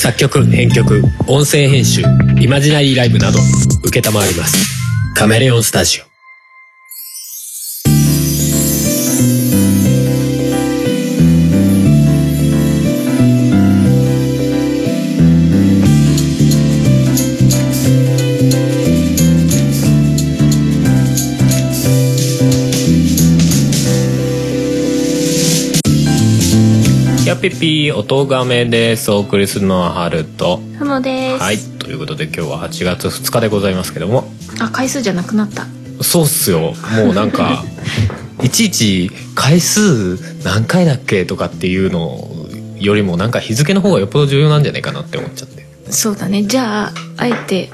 作曲編曲音声編集イマジナリーライブなど承ります。カメレオンスタジオ。ピッピー音亀です。お送りするのはハルとハモです。 はい、ということで今日は8月2日でございますけども、 回数じゃなくなった。 そうっすよ。もうなんかいちいち回数何回だっけとかっていうのよりもなんか日付の方がよっぽど重要なんじゃないかなって思っちゃって。 そうだね。じゃああえて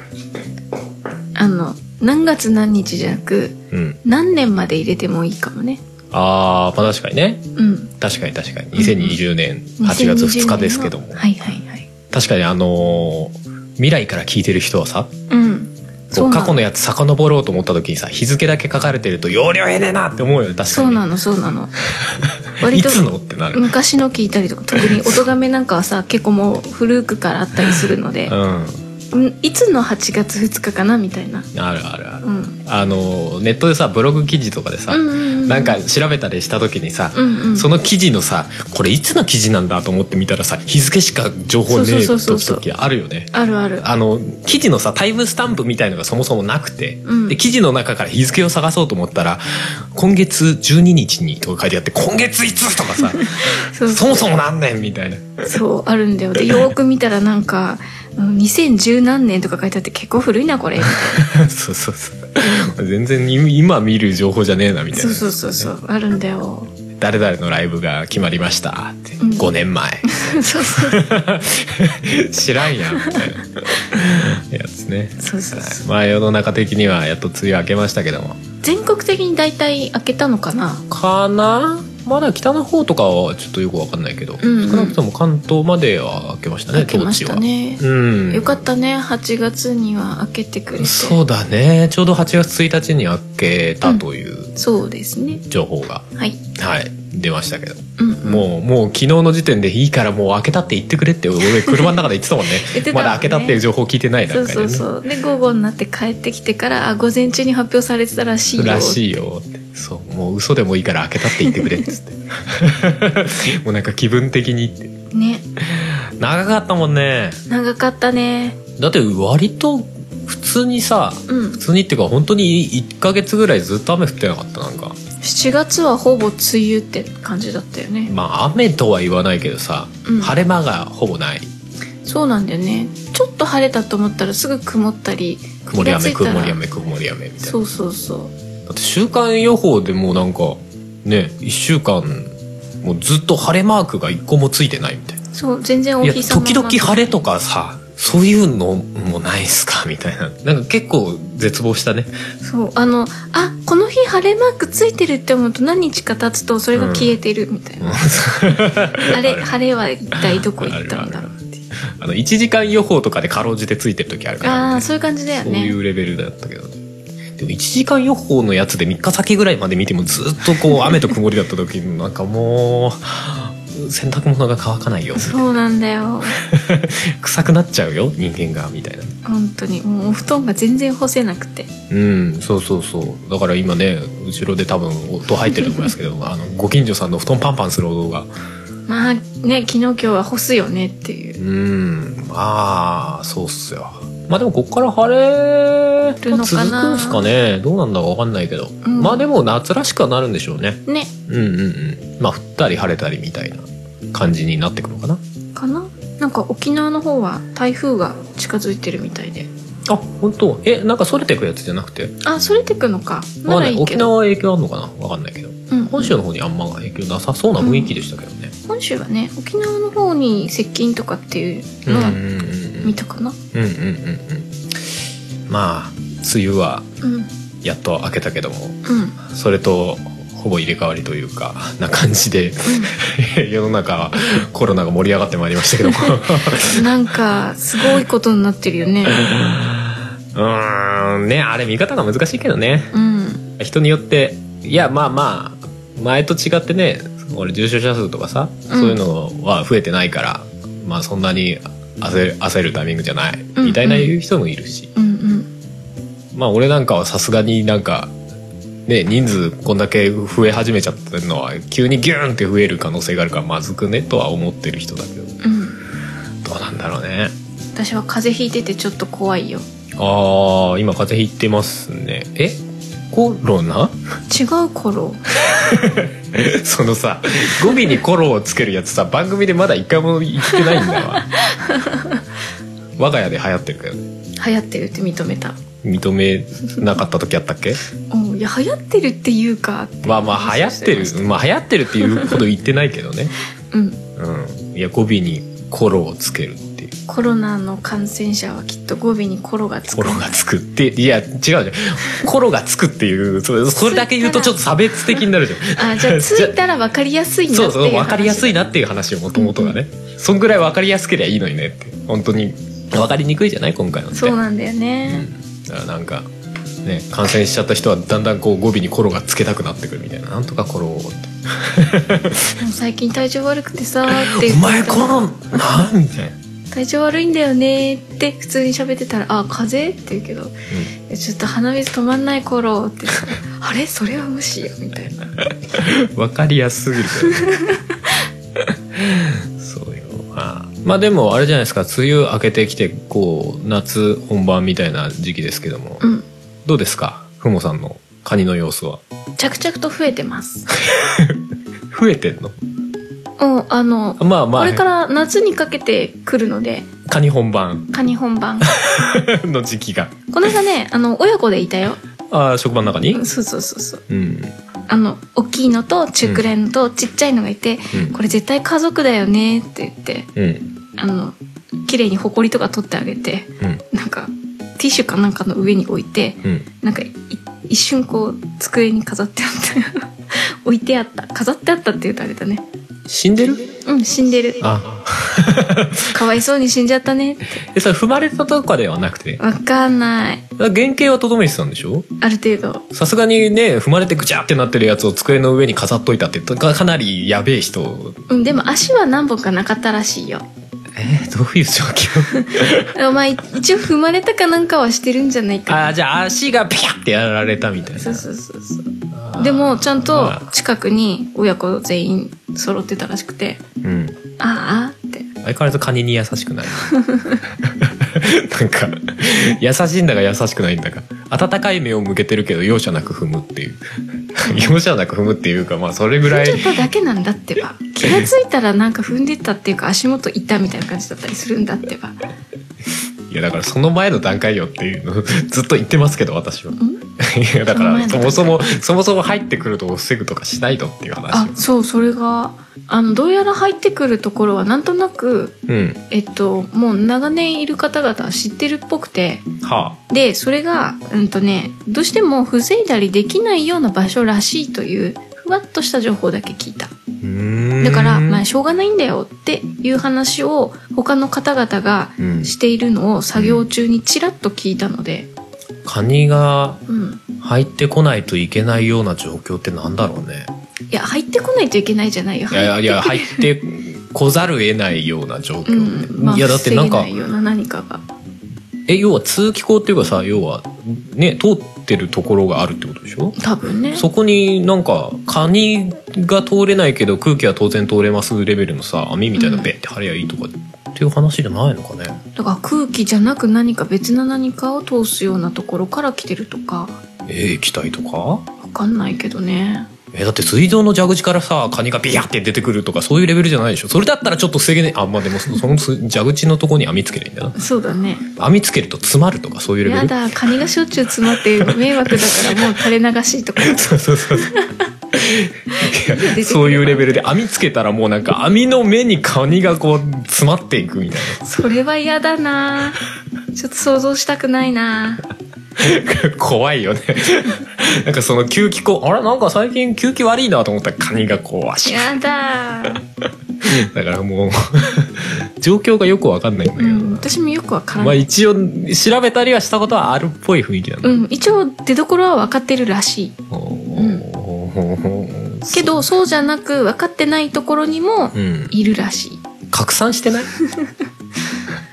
何月何日じゃなく、何年まで入れてもいいかもね。 まあ確かにね、確かに2020年8月2日ですけども、 はいはいはい、 確かに未来から聞いてる人はさ、過去のやつ遡ろうと思った時にさ、日付だけ書かれてると容量えねえなって思うよね。確かにそうなの割といつのってなる。 昔の聞いたりとか、特に音亀なんかはさ結構もう古くからあったりするので、いつの8月2日かなみたいな。 ある、ネットでさブログ記事とかでさ、なんか調べたりした時にさ、その記事のさ、これいつの記事なんだと思って見たらさ、日付しか情報ねえ時あるよね。 ある。 記事のさタイムスタンプみたいのがそもそもなくて、で記事の中から日付を探そうと思ったら今月12日にとか書いてあって、今月いつとかさそもそも何年みたいな。 そうあるんだよ。でよく見たらなんか2010何年とか書いてあって、結構古いなこれみたいな。 そう全然今見る情報じゃねえなみたいな。 そうあるんだよ。 誰々のライブが決まりましたって、5年前そう知らんやんみたいなやつね。 そうまあ世の中的にはやっと梅雨明けましたけども、 全国的に大体明けたのかな。 まだ北の方とかはちょっとよく分かんないけど、少なくとも関東までは明けましたね。 明けましたね。よかったね、8月には明けてくれて。 そうだね、ちょうど8月1日に明けたという、 そうですね、 情報がはい出ましたけど、もう昨日の時点でいいからもう明けたって言ってくれって俺車の中で言ってたもんね。まだ明けたっていう情報聞いてない段階でね。 そうで午後になって帰ってきてから午前中に発表されてたらしいよって。そうもう嘘でもいいから開けたって言ってくれっつってもうなんか気分的にってね。長かったもんね。 長かったね。 だって割と普通にさ、普通にっていうか本当に1ヶ月ぐらいずっと雨降ってなかった。なんか 7月はほぼ梅雨って感じだったよね。 まあ雨とは言わないけどさ、晴れ間がほぼない。そうなんだよね。ちょっと晴れたと思ったらすぐ曇ったり、 曇り雨みたいな。だって週間予報でもうなんかね、1週間もうずっと晴れマークが1個もついてないみたいな。 そう全然お日様時々晴れとかさ、そういうのもないっすかみたいな。なんか結構絶望したね。そうこの日晴れマークついてるって思うと何日か経つとそれが消えてるみたいな、晴れは一体どこ行ったんだろうって。 1時間予報とかでかろうじてついてる時あるから、 そういう感じだよね。 そういうレベルだったけど、でも1時間予報のやつで3日先ぐらいまで見てもずっとこう雨と曇りだった時になんかもう洗濯物が乾かないよ。 そうなんだよ臭くなっちゃうよ人間がみたいな。 本当にもうお布団が全然干せなくて。 そうだから今ね、後ろで多分音入ってると思いますけどご近所さんの布団パンパンする音が、 まあね、昨日今日は干すよねっていう。 まあそうっすよ。まあでもこっから晴れるのかな。 続くんすかね。どうなんだか分かんないけど、まあでも夏らしくはなるんでしょうね。まあ降ったり晴れたりみたいな感じになってくるのかな。 なんか沖縄の方は台風が近づいてるみたいで。 本当？なんかそれてくやつじゃなくて。 それてくのか。 まあ沖縄は影響あるのかな、分かんないけど、本州の方にあんま影響なさそうな雰囲気でしたけどね。 本州はね、沖縄の方に接近とかっていうのは見たかな。まあ梅雨はやっと明けたけども、それとほぼ入れ替わりというかな感じで、世の中はコロナが盛り上がってまいりましたけどもなんかすごいことになってるよね。 ね、あれ見方が難しいけどね、人によって。いやまあ前と違ってね、俺重症者数とかさ、そういうのは増えてないから、まあそんなに焦るタイミングじゃない、みたいな言う人もいるし、まあ俺なんかはさすがになんかね、人数こんだけ増え始めちゃってるのは急にギューンって増える可能性があるからまずくねとは思ってる人だけど、どうなんだろうね。 私は風邪ひいててちょっと怖いよ。 ああ、今風邪ひいてますね。コロナ？ 違うコロそのさ、語尾にコロをつけるやつさ、番組でまだ一回も言ってないんだわ。我が家で流行ってるけどね。 流行ってるって認めた。 認めなかった時あったっけ？ いや流行ってるっていうか。 まあ流行ってる、まあ流行ってるっていうほど言ってないけどね。いや語尾にコロをつけるっていう。 コロナの感染者はきっと語尾にコロがつく。 コロがつくって、いや違うじゃん。コロがつくっていうそれだけ言うとちょっと差別的になるじゃん。 じゃあついたら分かりやすいなっていう話。 そう分かりやすいなっていう話をもともとがね、そんぐらい分かりやすければいいのにねって。本当に分かりにくいじゃない今回のって。 そうなんだよね、 だからなんかね、感染しちゃった人はだんだんこう語尾にコロがつけたくなってくるみたいな。なんとかコロをってもう最近体調悪くてさーって言って、 お前コロナみたいな、 体調悪いんだよねって普通に喋ってたら、あ風邪って言うけど、ちょっと鼻水止まんないコロって言ったらあれそれは無視よみたいな。 分かりやすすぎるそうよ。まあでもあれじゃないですか、梅雨明けてきてこう夏本番みたいな時期ですけども、どうですかふもさんのカニの様子は。 着々と増えてます増えてんの？ まあこれから夏にかけて来るので、 カニ本番の時期が。この間ね親子でいたよ。 職場の中に？ そう、大きいのと中くらいのとちっちゃいのがいて、これ絶対家族だよねって言って、綺麗にほこりとか取ってあげて、なんかティッシュかなんかの上に置いて、なんか一瞬こう机に飾ってあった置いてあった、飾ってあったって言うとあれだね。 死んでる？ 死んでる。かわいそうに死んじゃったねって。 それ踏まれたとかではなくて？ わかんない。 原型はとどめてたんでしょ？ ある程度。さすがにね、踏まれてぐちゃってなってるやつを机の上に飾っといたってかなりやべえ人。 でも足は何本かなかったらしいよ。 どういう状況？ まあ一応踏まれたかなんかはしてるんじゃないかな。 じゃあ足がピャってやられたみたいな。 そう。でもちゃんと近くに親子全員揃ってたらしくて、あって。 相変わらずカニに優しくない。なんか優しいんだか優しくないんだか、温かい目を向けてるけど容赦なく踏むっていう容赦なく踏むっていうか、まあそれぐらい踏んじゃっただけなんだってば。気がついたらなんか踏んでったっていうか足元いたみたいな感じだったりするんだってば。 いやだからその前の段階よっていうのずっと言ってますけど私は。いやだからそもそも入ってくると防ぐとかしないとっていう話。 それがどうやら入ってくるところはなんとなく、もう長年いる方々は知ってるっぽくて、でそれがどうしても防いだりできないような場所らしいというふわっとした情報だけ聞いた。だからまあしょうがないんだよっていう話を他の方々がしているのを作業中にちらっと聞いたので、 カニが入ってこないといけないような状況ってなんだろうね。 いや入ってこないといけないじゃないよ。 いや入ってこざる得ないような状況、いやだってなんか防げないような何かが要は通気口っていうかさ、要はね通ってるところがあるってことでしょ多分ね。 そこになんかカニが通れないけど空気は当然通れますレベルのさ網みたいなベッて張りゃいいとかっていう話じゃないのかね。 だから空気じゃなく何か別な何かを通すようなところから来てるとか、 液体とか分かんないけどね。 だって水道の蛇口からさカニがビヤって出てくるとかそういうレベルじゃないでしょ。それだったらちょっと防げねえ。まあでもその蛇口のとこに網つけりゃいいんだな。 そうだね。 網つけると詰まるとかそういうレベル。 やだ、カニがしょっちゅう詰まって迷惑だからもう垂れ流しとかそうそういうレベルで網つけたらもうなんか網の目にカニがこう詰まっていくみたいな。 それは嫌だな。ちょっと想像したくないな。 怖いよね。なんかその吸気口、あれなんか最近吸気悪いなと思ったらカニがこう足。 やだ。 だからもう状況がよくわかんないんだけど、 私もよくわからない。 まあ一応調べたりはしたことはあるっぽい雰囲気なの。 一応出所は分かってるらしい。けどそうじゃなく分かってないところにもいるらしい。 拡散してない？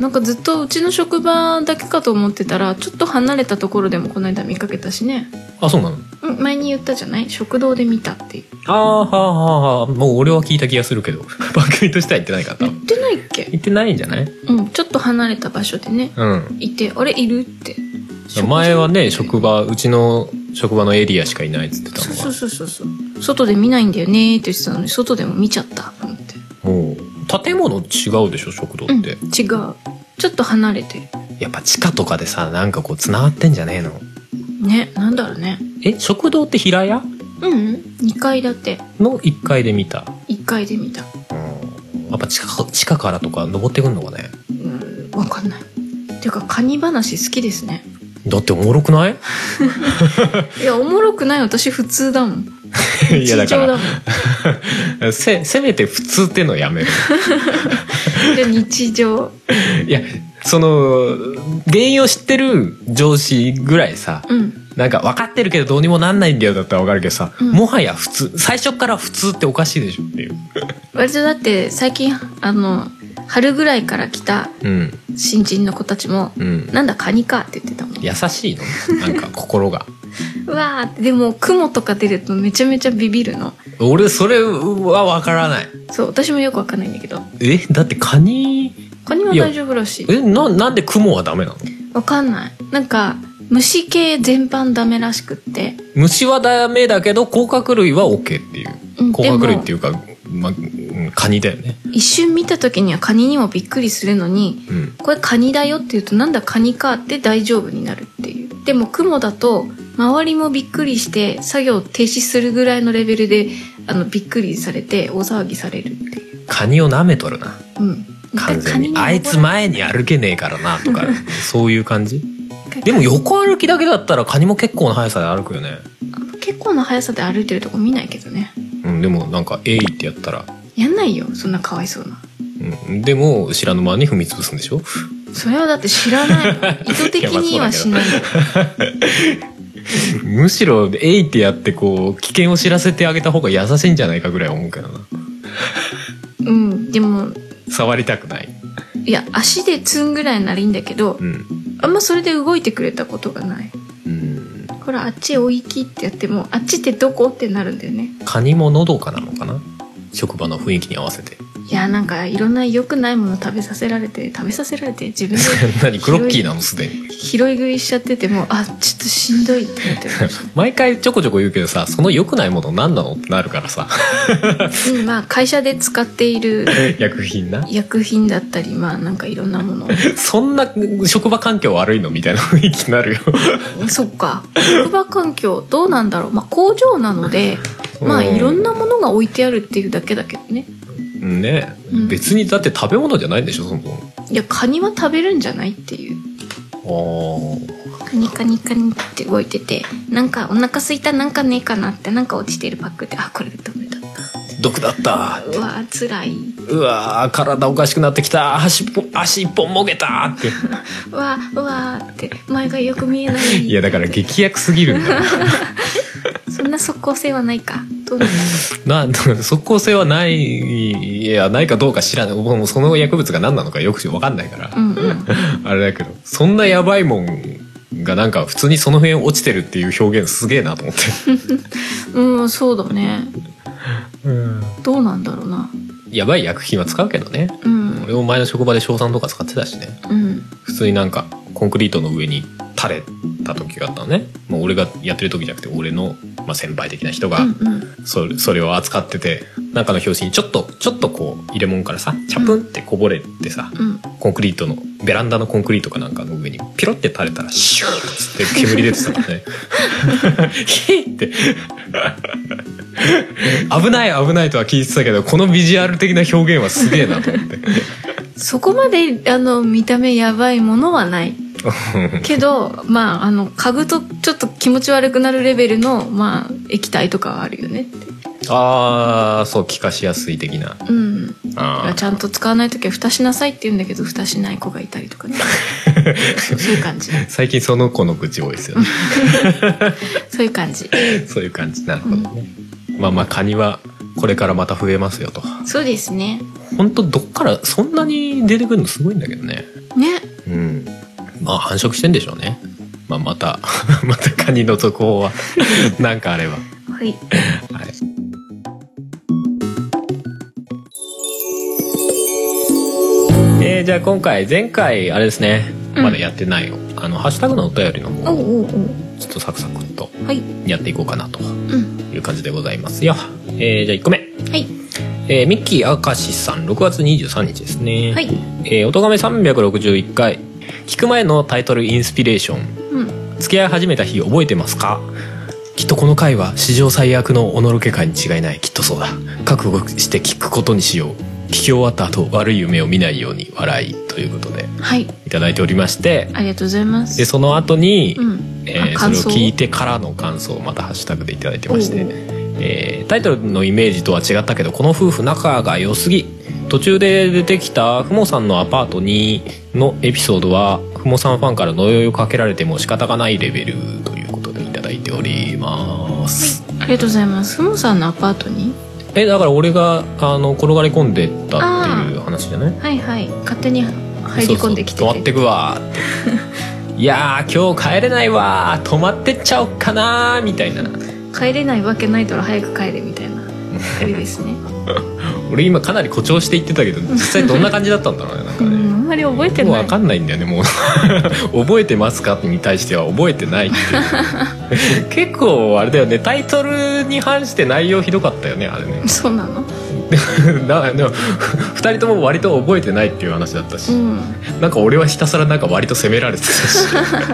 なんかずっとうちの職場だけかと思ってたら、ちょっと離れたところでもこの間見かけたしね。 あ、そうなの？ 前に言ったじゃない？食堂で見たっていう。 ああ、はあはあ、もう俺は聞いた気がするけど番組としては言ってないかった。 言ってないっけ？ 言ってないんじゃない？ うん、ちょっと離れた場所でね、いて、あれいるって。 前はね、うちの職場のエリアしかいないっつってたのが、 そう外で見ないんだよねって言ってたのに、外でも見ちゃったと思って。 もう建物違うでしょ、食堂って。 違う、ちょっと離れてる。 やっぱ地下とかでさ、なんかこう繋がってんじゃねえの？ ね、なんだろうね。 食堂って平屋 ？2階建ての1階で見た。 1階で見た。 やっぱ地下からとか登ってくんのかね。 分かんない。っていうかカニ話好きですね。 だっておもろくない？ いやおもろくない、私普通だもん。 いやだからせめて普通ってのやめる。 で日常。 いやその原因を知ってる上司ぐらいさ、なんか分かってるけどどうにもなんないんだよだったら分かるけどさ、もはや普通、最初から普通っておかしいでしょっていう。 割とだって最近春ぐらいから来た新人の子たちも、なんだカニかって言ってたもん。 優しいの、なんか心が。 うわー、でも雲とか出るとめちゃめちゃビビるの。 俺それは分からない。 そう、私もよく分かんないんだけど。 だってカニは大丈夫らしい。 なんで雲はダメなの？ 分かんない。なんか虫系全般ダメらしくって。 虫はダメだけど甲殻類は OK っていう、甲殻類っていうか、カニだよね。 一瞬見た時にはカニにもびっくりするのに、これカニだよって言うとなんだカニかって大丈夫になるっていう。でも雲だと周りもびっくりして作業停止するぐらいのレベルでびっくりされて大騒ぎされるっていう。 カニを舐めとるな。完全にあいつ前に歩けねえからなとかそういう感じ。でも横歩きだけだったらカニも結構な速さで歩くよね。 結構な速さで歩いてるとこ見ないけどね。 でもなんか「えい」ってやったらやんないよ、そんなかわいそうな。 でも知らぬ間に踏み潰すんでしょ。 それはだって知らない。意図的にはしない。 むしろ「えい」ってやってこう危険を知らせてあげた方が優しいんじゃないかぐらい思うけどな。 でも触りたくない。 いや足でツンぐらいならいいんだけど、あんまそれで動いてくれたことがない。ほらあっちお行きってやってもあっちってどこってなるんだよね。 カニものどかなのかな、職場の雰囲気に合わせて。 いやなんかいろんな良くないもの食べさせられて自分で何クロッキーなのすでに拾い食いしちゃっててもちょっとしんどいってなってる。 毎回ちょこちょこ言うけどさ、その良くないもの何なのってなるからさ。 まあ会社で使っている薬品だったり、まあなんかいろんなもの。 そんな職場環境悪いのみたいな雰囲気になるよ。そっか、職場環境どうなんだろう。まあ工場なのでまあいろんなものが置いてあるっていうだけだけどね。 ね、別にだって食べ物じゃないんでしょそもそも。 いやカニは食べるんじゃないっていう。カニカニカニって動いてて、なんかお腹すいたなんかねえかなって、なんか落ちてるパックでこれでダメだった。 毒だった。 うわ辛い。 うわ体おかしくなってきた。足一本もげたって。 うわって前がよく見えない。 いやだから劇薬すぎるんだ。 そんな即効性はないか。どうなんだろう。即効性はない、いやないかどうか知らない。もうその薬物が何なのかよく分かんないから、あれだけど、そんなやばいもんがなんか普通にその辺落ちてるっていう表現すげえなと思って。 そうだね。どうなんだろうな。 やばい薬品は使うけどね。俺も前の職場で硝酸とか使ってたしね。普通になんかコンクリートの上に垂れた時があったのね。もう俺がやってる時じゃなくて俺の、先輩的な人がそれを扱ってて、なんかの拍子にちょっとこう入れ物からさチャプンってこぼれてさ、コンクリートのベランダのコンクリートかなんかの上にピロって垂れたらシューッつって煙出てたもんね。ヒーって危ないとは聞いてたけど、このビジュアル的な表現はすげえなと思って。 そこまで見た目やばいものはないけど、嗅ぐとちょっと気持ち悪くなるレベルの液体とかはあるよねって。 そう気化しやすい的な。 ちゃんと使わないときは蓋しなさいって言うんだけど蓋しない子がいたりとかね。そういう感じ。 最近その子の口多いですよね。 そういう感じ。 そういう感じ。なるほどね。カニはこれからまた増えますよと。 そうですね。 ほんとどっからそんなに出てくるのすごいんだけどね。うん。まあ繁殖してんでしょうね。まあまたカニの続報はなんかあれば。 はい。はい。 じゃあ前回あれですね、まだやってないよ、ハッシュタグのお便りの方をちょっとサクサクっとやっていこうかなという感じでございますよ。じゃあ1個目、はい。ミッキー明石さん、6月23日ですね。はい。おとがめ361回、聞く前のタイトルインスピレーション、付き合い始めた日覚えてますか？きっとこの回は史上最悪のおのろけ回に違いない。きっとそうだ。覚悟して聞くことにしよう。聞き終わった後悪い夢を見ないように笑い、ということで、はい、いただいておりまして、 ありがとうございます。 でその後に、それを聞いてからの感想をまたハッシュタグでいただいてまして、タイトルのイメージとは違ったけどこの夫婦仲が良すぎ、途中で出てきたふもさんのアパートにのエピソードはふもさんファンから呪いをかけられても仕方がないレベルということでいただいております。 はい、ありがとうございます。ふもさんのアパートにだから俺が転がり込んでったっていう話じゃない？ はいはい、勝手に入り込んできて、 泊まってくわっていやー今日帰れないわ、泊まってっちゃおっかなみたいな。 帰れないわけないだろ、早く帰れみたいなあれですね俺今かなり誇張して言ってたけど実際どんな感じだったんだろうね。なんかね、 あんまり覚えてない。 もう分かんないんだよねもう覚えてますかに対しては覚えてないっていう結構あれだよね、タイトルに反して内容ひどかったよねあれね。 そうなのでも2人とも割と覚えてないっていう話だったし、なんか俺はひたすらなんか割と責められてたし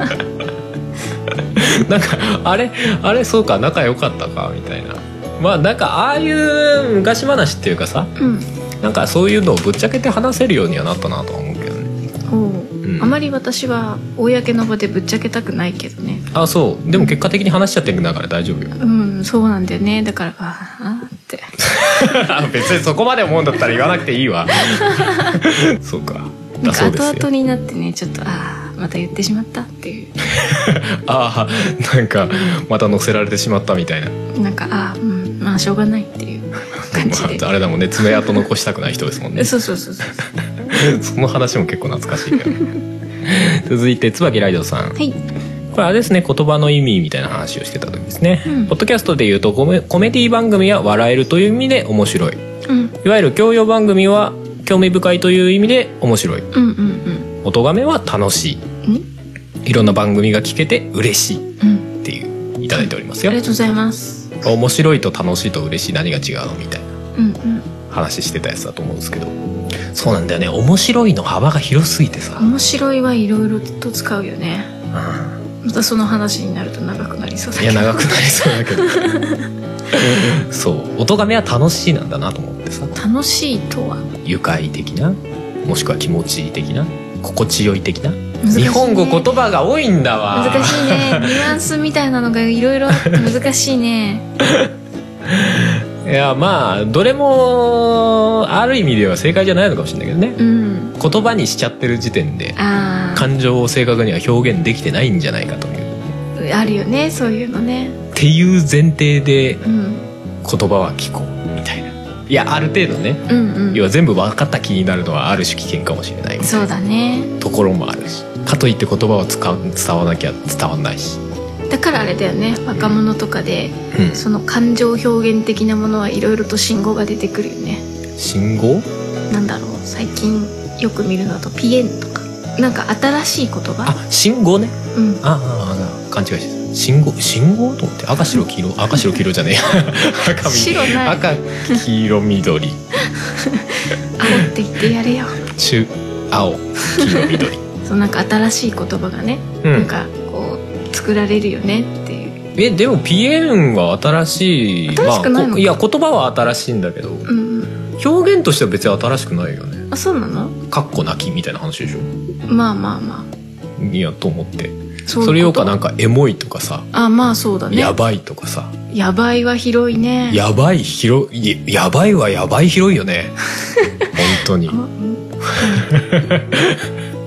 なんかあれそうか仲良かったかみたいな。まあなんかああいう昔話っていうかさ、なんかそういうのをぶっちゃけて話せるようにはなったなとは思うけどね。 あまり私は公の場でぶっちゃけたくないけどね。 あ、そうでも結果的に話しちゃってるんだから大丈夫よ。 そうなんだよね。だからあって別にそこまで思うんだったら言わなくていいわそうか。 なんか後々になってね、ちょっとまた言ってしまったっていうなんかまた乗せられてしまったみたいな。 なんかまあしょうがないっていう感じであれだもんね、爪痕残したくない人ですもんねそうその話も結構懐かしいけど続いて椿ライドさん、はい、これあれですね、言葉の意味みたいな話をしてた時ですね、ポッドキャストでいうとコメディ番組は笑えるという意味で面白い、いわゆる教養番組は興味深いという意味で面白い、おとがめは楽しい、いろんな番組が聞けて嬉しいっていういただいておりますよ。 ありがとうございます。 面白いと楽しいと嬉しい何が違うのみたいな話してたやつだと思うんですけど、そうなんだよね、面白いの幅が広すぎてさ。 面白いはいろいろと使うよね、またその話になると長くなりそうだけど。 いや長くなりそうだけどそうおとがめは楽しいなんだなと思ってさ。 楽しいとは愉快的な、もしくは気持ちいい的な、心地よい的な、日本語言葉が多いんだわ。 難しいねニュアンスみたいなのがいろいろあって難しいねいやまあどれもある意味では正解じゃないのかもしれないけどね、言葉にしちゃってる時点で感情を正確には表現できてないんじゃないかという、 あるよねそういうのねっていう前提で言葉は聞こうみたいな。いやある程度ね、要は全部分かった気になるのはある種危険かもしれないみたいなそうだねところもあるし、かといって言葉を伝わなきゃ伝わんないし、 だからあれだよね、若者とかで、その感情表現的なものはいろいろと信号が出てくるよね。 信号なんだろう、最近よく見るのだとピエンとかなんか新しい言葉。 信号ね、勘違いしてた。信号と思って赤白黄色赤白黄色じゃねえ白ない赤黄色緑青って言ってやれよ。 青黄色緑そうなんか新しい言葉がね、なんかこう作られるよねっていう。 でもピエンは新しい。 新しくないのか、 いや言葉は新しいんだけど、表現としては別に新しくないよね。 あ、そうなの？ かっこなきみたいな話でしょ。 まあいやと思って、それようかなんかエモいとかさ、 まあそうだね、 やばいとかさ。 やばいは広いね。 やばいはやばい広いよね本当に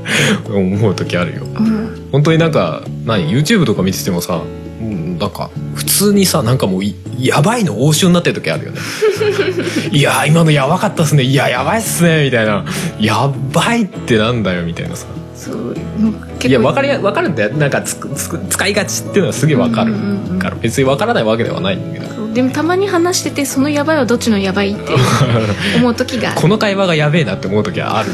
思う時あるよ、本当になんかYouTube とか見ててもさ、なんか普通にさなんかもうやばいの応酬になってる時あるよねいや今のやばかったっすね、いややばいっすねみたいな、やばいってなんだよみたいなさ。そういや分かるんだよ、なんか使いがちっていうのはすげえ分かるから、別に分からないわけではないんだけど、 でもたまに話しててそのやばいはどっちのやばいって思う時がこの会話がやべえなって思う時はある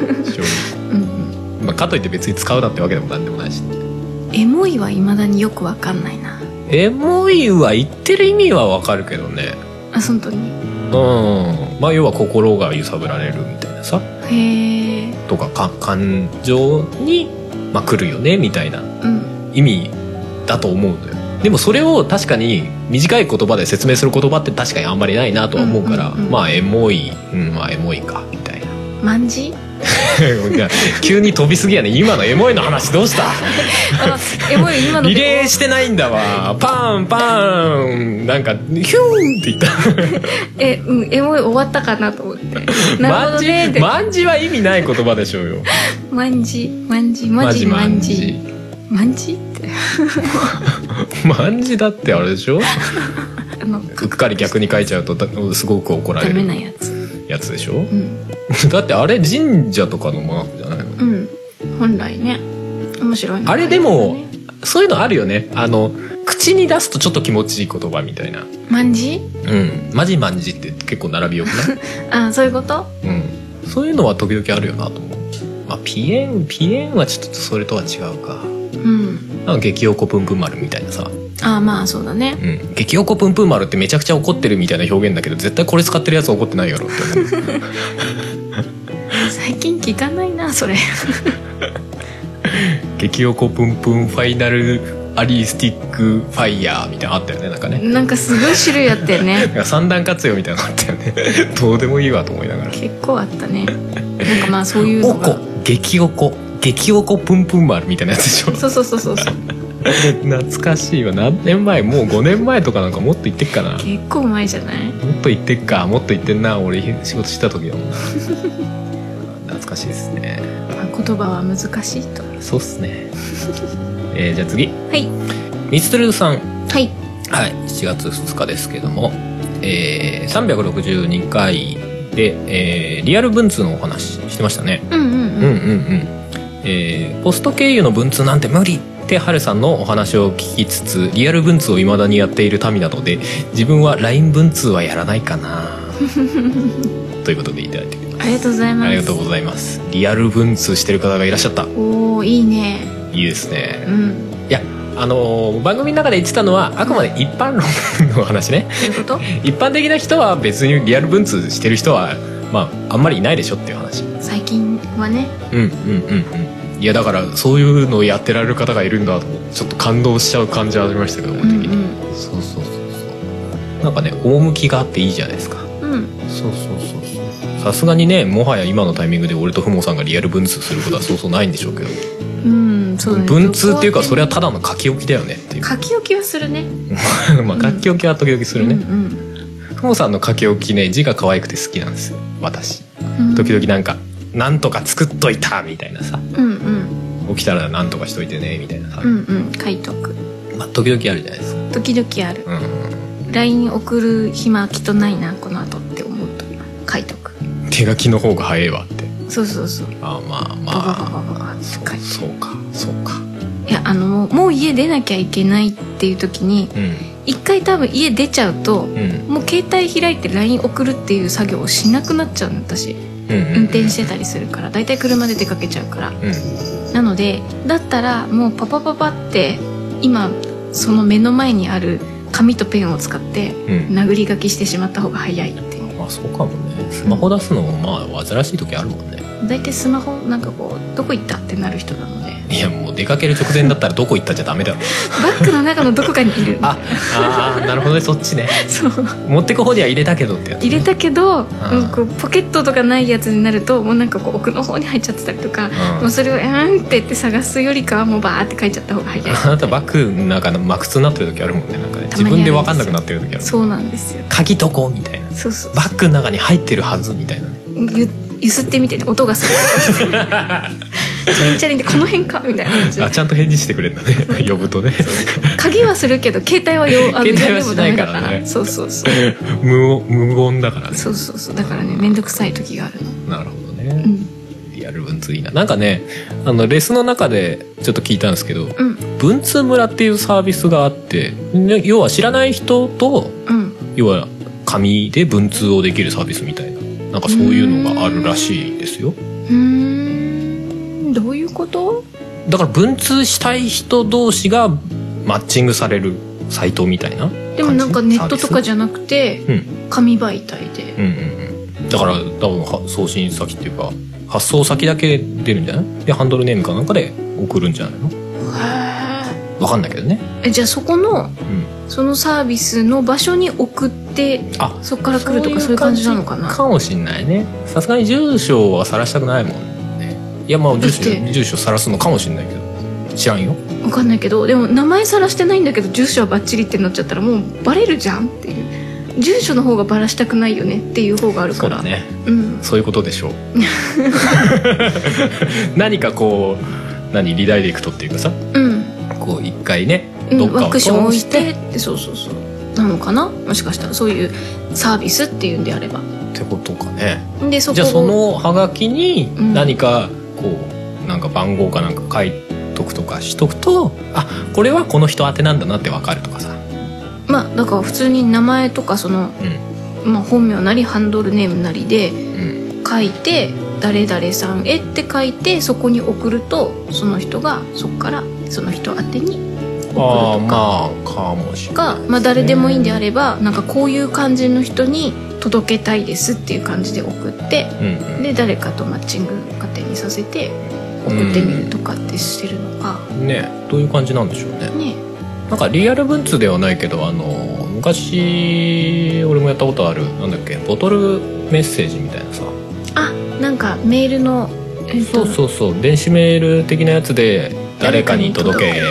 まあ、かといって別に使うなってわけでもなんでもないし、 エモいは未だによく分かんないな。 エモいは言ってる意味は分かるけどね。 あ、本当に。 まあ要は心が揺さぶられるみたいなさ、へえとか感情に、まあ、来るよねみたいな意味だと思うんだよ。でもそれを確かに短い言葉で説明する言葉って確かにあんまりないなとは思うから、まあエモい、まあエモいかみたいな。 マンジ急に飛びすぎやね。今のエモいの話どうしたエモい今のリレーしてないんだわ。パンパンなんかヒューンって言ったエモい終わったかなと思ってなるほどねって。 マンジは意味ない言葉でしょうよ。 マンジマジマンジマンジってマンジだってあれでしょうっかり逆に書いちゃうとすごく怒られるダメなやつでしょ、だってあれ神社とかのマークじゃないの？ 本来ね。面白いな。 あれでもそういうのあるよね。口に出すとちょっと気持ちいい言葉みたいな。 マンジ？ マジマンジって結構並びよくないあ、そういうこと？ そういうのは時々あるよなと思う。まあ、ピエンはちょっとそれとは違うか。なんか激おこぷんぷん丸みたいなさ。 あ、まあそうだね。 激おこぷんぷん丸ってめちゃくちゃ怒ってるみたいな表現だけど、絶対これ使ってるやつは怒ってないやろって思う最近聞かないなそれ激おこぷんぷんファイナルアリースティックファイヤーみたいなのあったよね。なんかね、 なんかすごい種類あったよね三段活用みたいなのあったよねどうでもいいわと思いながら。 結構あったね。なんかまあそういうのが激おこぷんぷん丸みたいなやつでしょ。 そう懐かしいわ。何年前？もう5年前とかなんかもっと言ってっかな。 結構前じゃない？ もっと言ってっか。もっと言ってんな。俺仕事した時だもんな懐かしいですね。 言葉は難しいと。 そうっすねじゃあ次、 はい、 ミツトルさん、 はい 7月2日ですけども、362回で、リアル文通のお話してましたね。ポスト経由の文通なんて無理ってハルさんのお話を聞きつつ、リアル文通を未だにやっている民なので、自分は LINE 文通はやらないかなということでいただいてありがとうございます。 ありがとうございます。リアル文通してる方がいらっしゃった。 おー、いいね。 いいですね。いや、番組の中で言ってたのはあくまで一般論の話ね。 どういうこと？ 一般的な人は別にリアル文通してる人はまああんまりいないでしょっていう話。 最近はね。 いやだからそういうのをやってられる方がいるんだとちょっと感動しちゃう感じはありましたけど、俺的に。そうなんかね、趣があっていいじゃないですか。さすがにね、もはや今のタイミングで俺とふもさんがリアル文通することはそうそうないんでしょうけど。そうだね、文通っていうかそれはただの書き置きだよねっていう。 書き置きはするねまあ書き置きは時々するね。ふもさんの書き置きね、字が可愛くて好きなんですよ私。時々なんかなんとか作っといたみたいなさ、起きたらなんとかしといてねみたいなさ、 書いとく。 まあ時々あるじゃないですか。 時々ある。LINE 送る暇きっとないなこの後って思うと書いとく。 手書きの方が早いわって。 そう。 あ、まあそうか。 いやもう家出なきゃいけないっていう時に、一回多分家出ちゃうと、もう携帯開いて LINE 送るっていう作業をしなくなっちゃうの私。運転してたりするから、だいたい車で出かけちゃうから、なのでだったらもうパパって今その目の前にある紙とペンを使って殴り書きしてしまった方が早いっていう。 まあそうかもね。スマホ出すのもまあ煩わしい時あるもんね。 だいたいスマホなんかこうどこ行ったってなる人なので。 いやもう出かける直前だったらどこ行ったじゃダメだろバッグの中のどこかにいるあなるほどね、そっちね。 そう持ってく方には入れたけどってやつ、ね、 入れたけどこうポケットとかないやつになるともうなんかこう奥の方に入っちゃってたりとか、もうそれをって言って探すよりかはもうバーって書いちゃった方が早い。 あなたバッグの中の真靴になってる時あるもんね。なんかね、自分で分かんなくなってる時ある。 そうなんですよ。 鍵どこみたいな。そうバッグの中に入ってるはずみたいなね。 ゆすってみてね、音がするチャリンチャリンでこの辺かみたいな感じで、 ちゃんと返事してくれるんだね呼ぶとね。 鍵はするけど携帯は携帯はしないからね。 そうそうそう無音だからね。 そうそうそう、だからね面倒くさい時があるの。 なるほどね、リアル文通いいな。なんかねレスの中でちょっと聞いたんですけど、文通村っていうサービスがあって、要は知らない人と、要は紙で文通をできるサービスみたいな、なんかそういうのがあるらしいですよ。 どういうこと？ だから文通したい人同士がマッチングされるサイトみたいな。 でもなんかネットとかじゃなくて、紙媒体で、 だから多分送信先っていうか発送先だけ出るんじゃない？でハンドルネームかなんかで送るんじゃないの？分かんないけどね。 じゃあそこの、そのサービスの場所に送ってそこから来るとかそういう感じなのかな？ かもしんないね。さすがに住所は晒したくないもんね。いやまあ住所晒すのかもしんないけど知らんよ。分かんないけど、でも名前晒してないんだけど住所はバッチリってなっちゃったらもうバレるじゃんっていう。住所の方がバラしたくないよねっていう方があるから。 そうだね、そういうことでしょう何かこうリダイレクトっていうかさ、こう一回ねどっかを通してワクション置いてって、そうなのかな、もしかしたらそういうサービスっていうんであればってことかね。 でじゃあそのハガキに何かこうなんか番号かなんか書いとくとかしとくと、これはこの人宛てなんだなって分かるとかさ。 まあだから普通に名前とかその、本名なりハンドルネームなりで書いて、誰々さんへって書いてそこに送ると、その人がそこからその人宛てに送るとか、 かもしれないですね。 誰でもいいんであれば、なんかこういう感じの人に届けたいですっていう感じで送って、で誰かとマッチング勝手にさせて送ってみるとかってしてるのか、 ね、どういう感じなんでしょうね。なんかリアル文通ではないけど、昔俺もやったことある、なんだっけ、ボトルメッセージみたいなさ、 なんかメールの、 そう電子メール的なやつで誰かに届け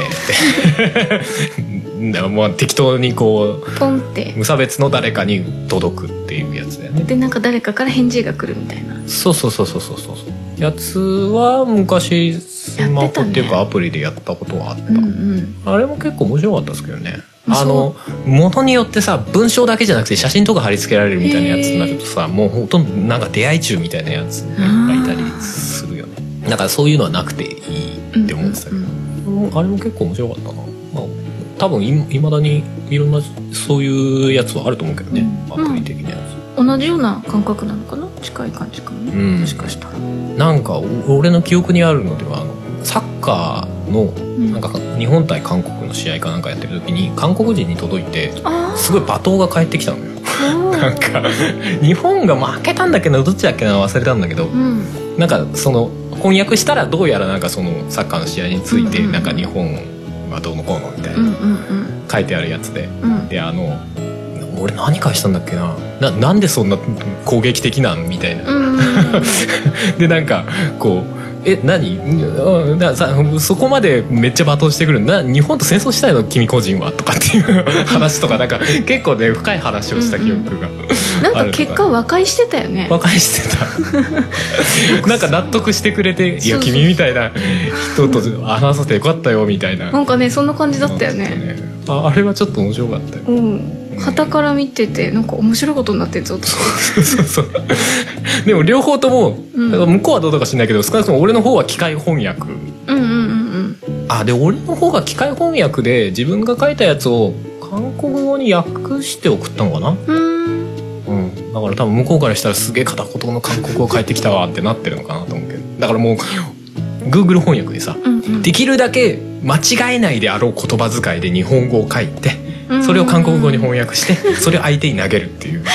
ってもう適当にこうポンって無差別の誰かに届くっていうやつだよね。 でなんか誰かから返事が来るみたいな。そうやつは昔スマホっていうかアプリでやったことはあった、あれも結構面白かったですけどね。元によってさ、文章だけじゃなくて写真とか貼り付けられるみたいなやつになるとさ、もうほとんどなんか出会い中みたいなやつがいたりするよね。だからそういうのはなくていいって思ってたけど、あれも結構面白かったな。多分いまだにいろんなそういうやつはあると思うけどね、アプリ的なやつ。 同じような感覚なのかな、近い感じかな、もしかしたら。 なんか俺の記憶にあるのでは、サッカーのなんか日本対韓国の試合かなんかやってる時に韓国人に届いて、すごい罵倒が返ってきたのよなんか日本が負けたんだけど、どっちだっけな忘れたんだけど、なんかその翻訳したらどうやらなんかそのサッカーの試合についてなんか日本はどうのこうのみたいな書いてあるやつで、で俺何返したんだっけな、なんでそんな攻撃的なんみたいなでなんかこう何そこまでめっちゃ罵倒してくる日本と戦争したいの君個人はとかっていう話とか、なんか結構ね深い話をした記憶がなんか結果和解してたよね。 和解してたなんか納得してくれて、いや君みたいな人と話させてよかったよみたいな、 なんかねそんな感じだったよね。 あれはちょっと面白かったよ。 傍から見ててなんか面白いことになってるぞとかそうでも両方とも、向こうはどうとかしないけど、少なくとも俺の方は機械翻訳、で俺の方が機械翻訳で自分が書いたやつを韓国語に訳して送ったのかな。だから多分向こうからしたらすげえ片言の韓国語返ってきたわってなってるのかなと思うけど、だからもう Google 翻訳でさ、できるだけ間違えないであろう言葉遣いで日本語を書いて、それを韓国語に翻訳してそれを相手に投げるっていう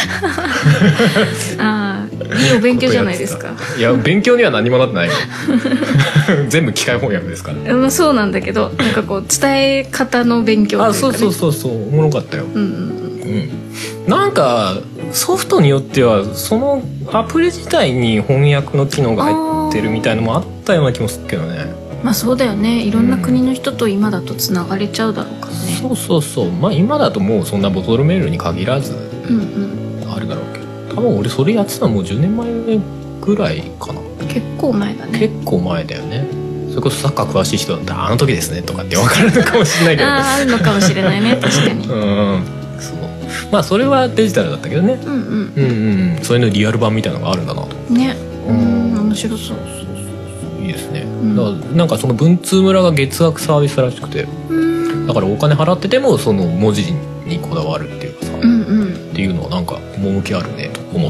いいお勉強じゃないですか。 いや勉強には何もなってないよ全部機械翻訳ですから、 そうなんだけど、なんかこう伝え方の勉強というか、ね、 そうおもろかったよ。なんかソフトによってはそのアプリ自体に翻訳の機能が入ってるみたいのもあったような気もするけどね。 そうだよね、いろんな国の人と今だとつながれちゃうだろうからね。 そう今だともうそんなボトルメールに限らずあるだろうけど、多分俺それやってたのもう10年前ぐらいかな。 結構前だね。 結構前だよね。 それこそサッカー詳しい人だったらあの時ですねとかって分かるのかもしれないけどあるのかもしれないね確かに。 そうまあそれはデジタルだったけどね。そういうのリアル版みたいなのがあるんだなとね。面白そう。 いいですね。だからなんかその文通村が月額サービスらしくて、だからお金払っててもその文字にこだわるっていうかさ、っていうのはなんか趣あるねと思って、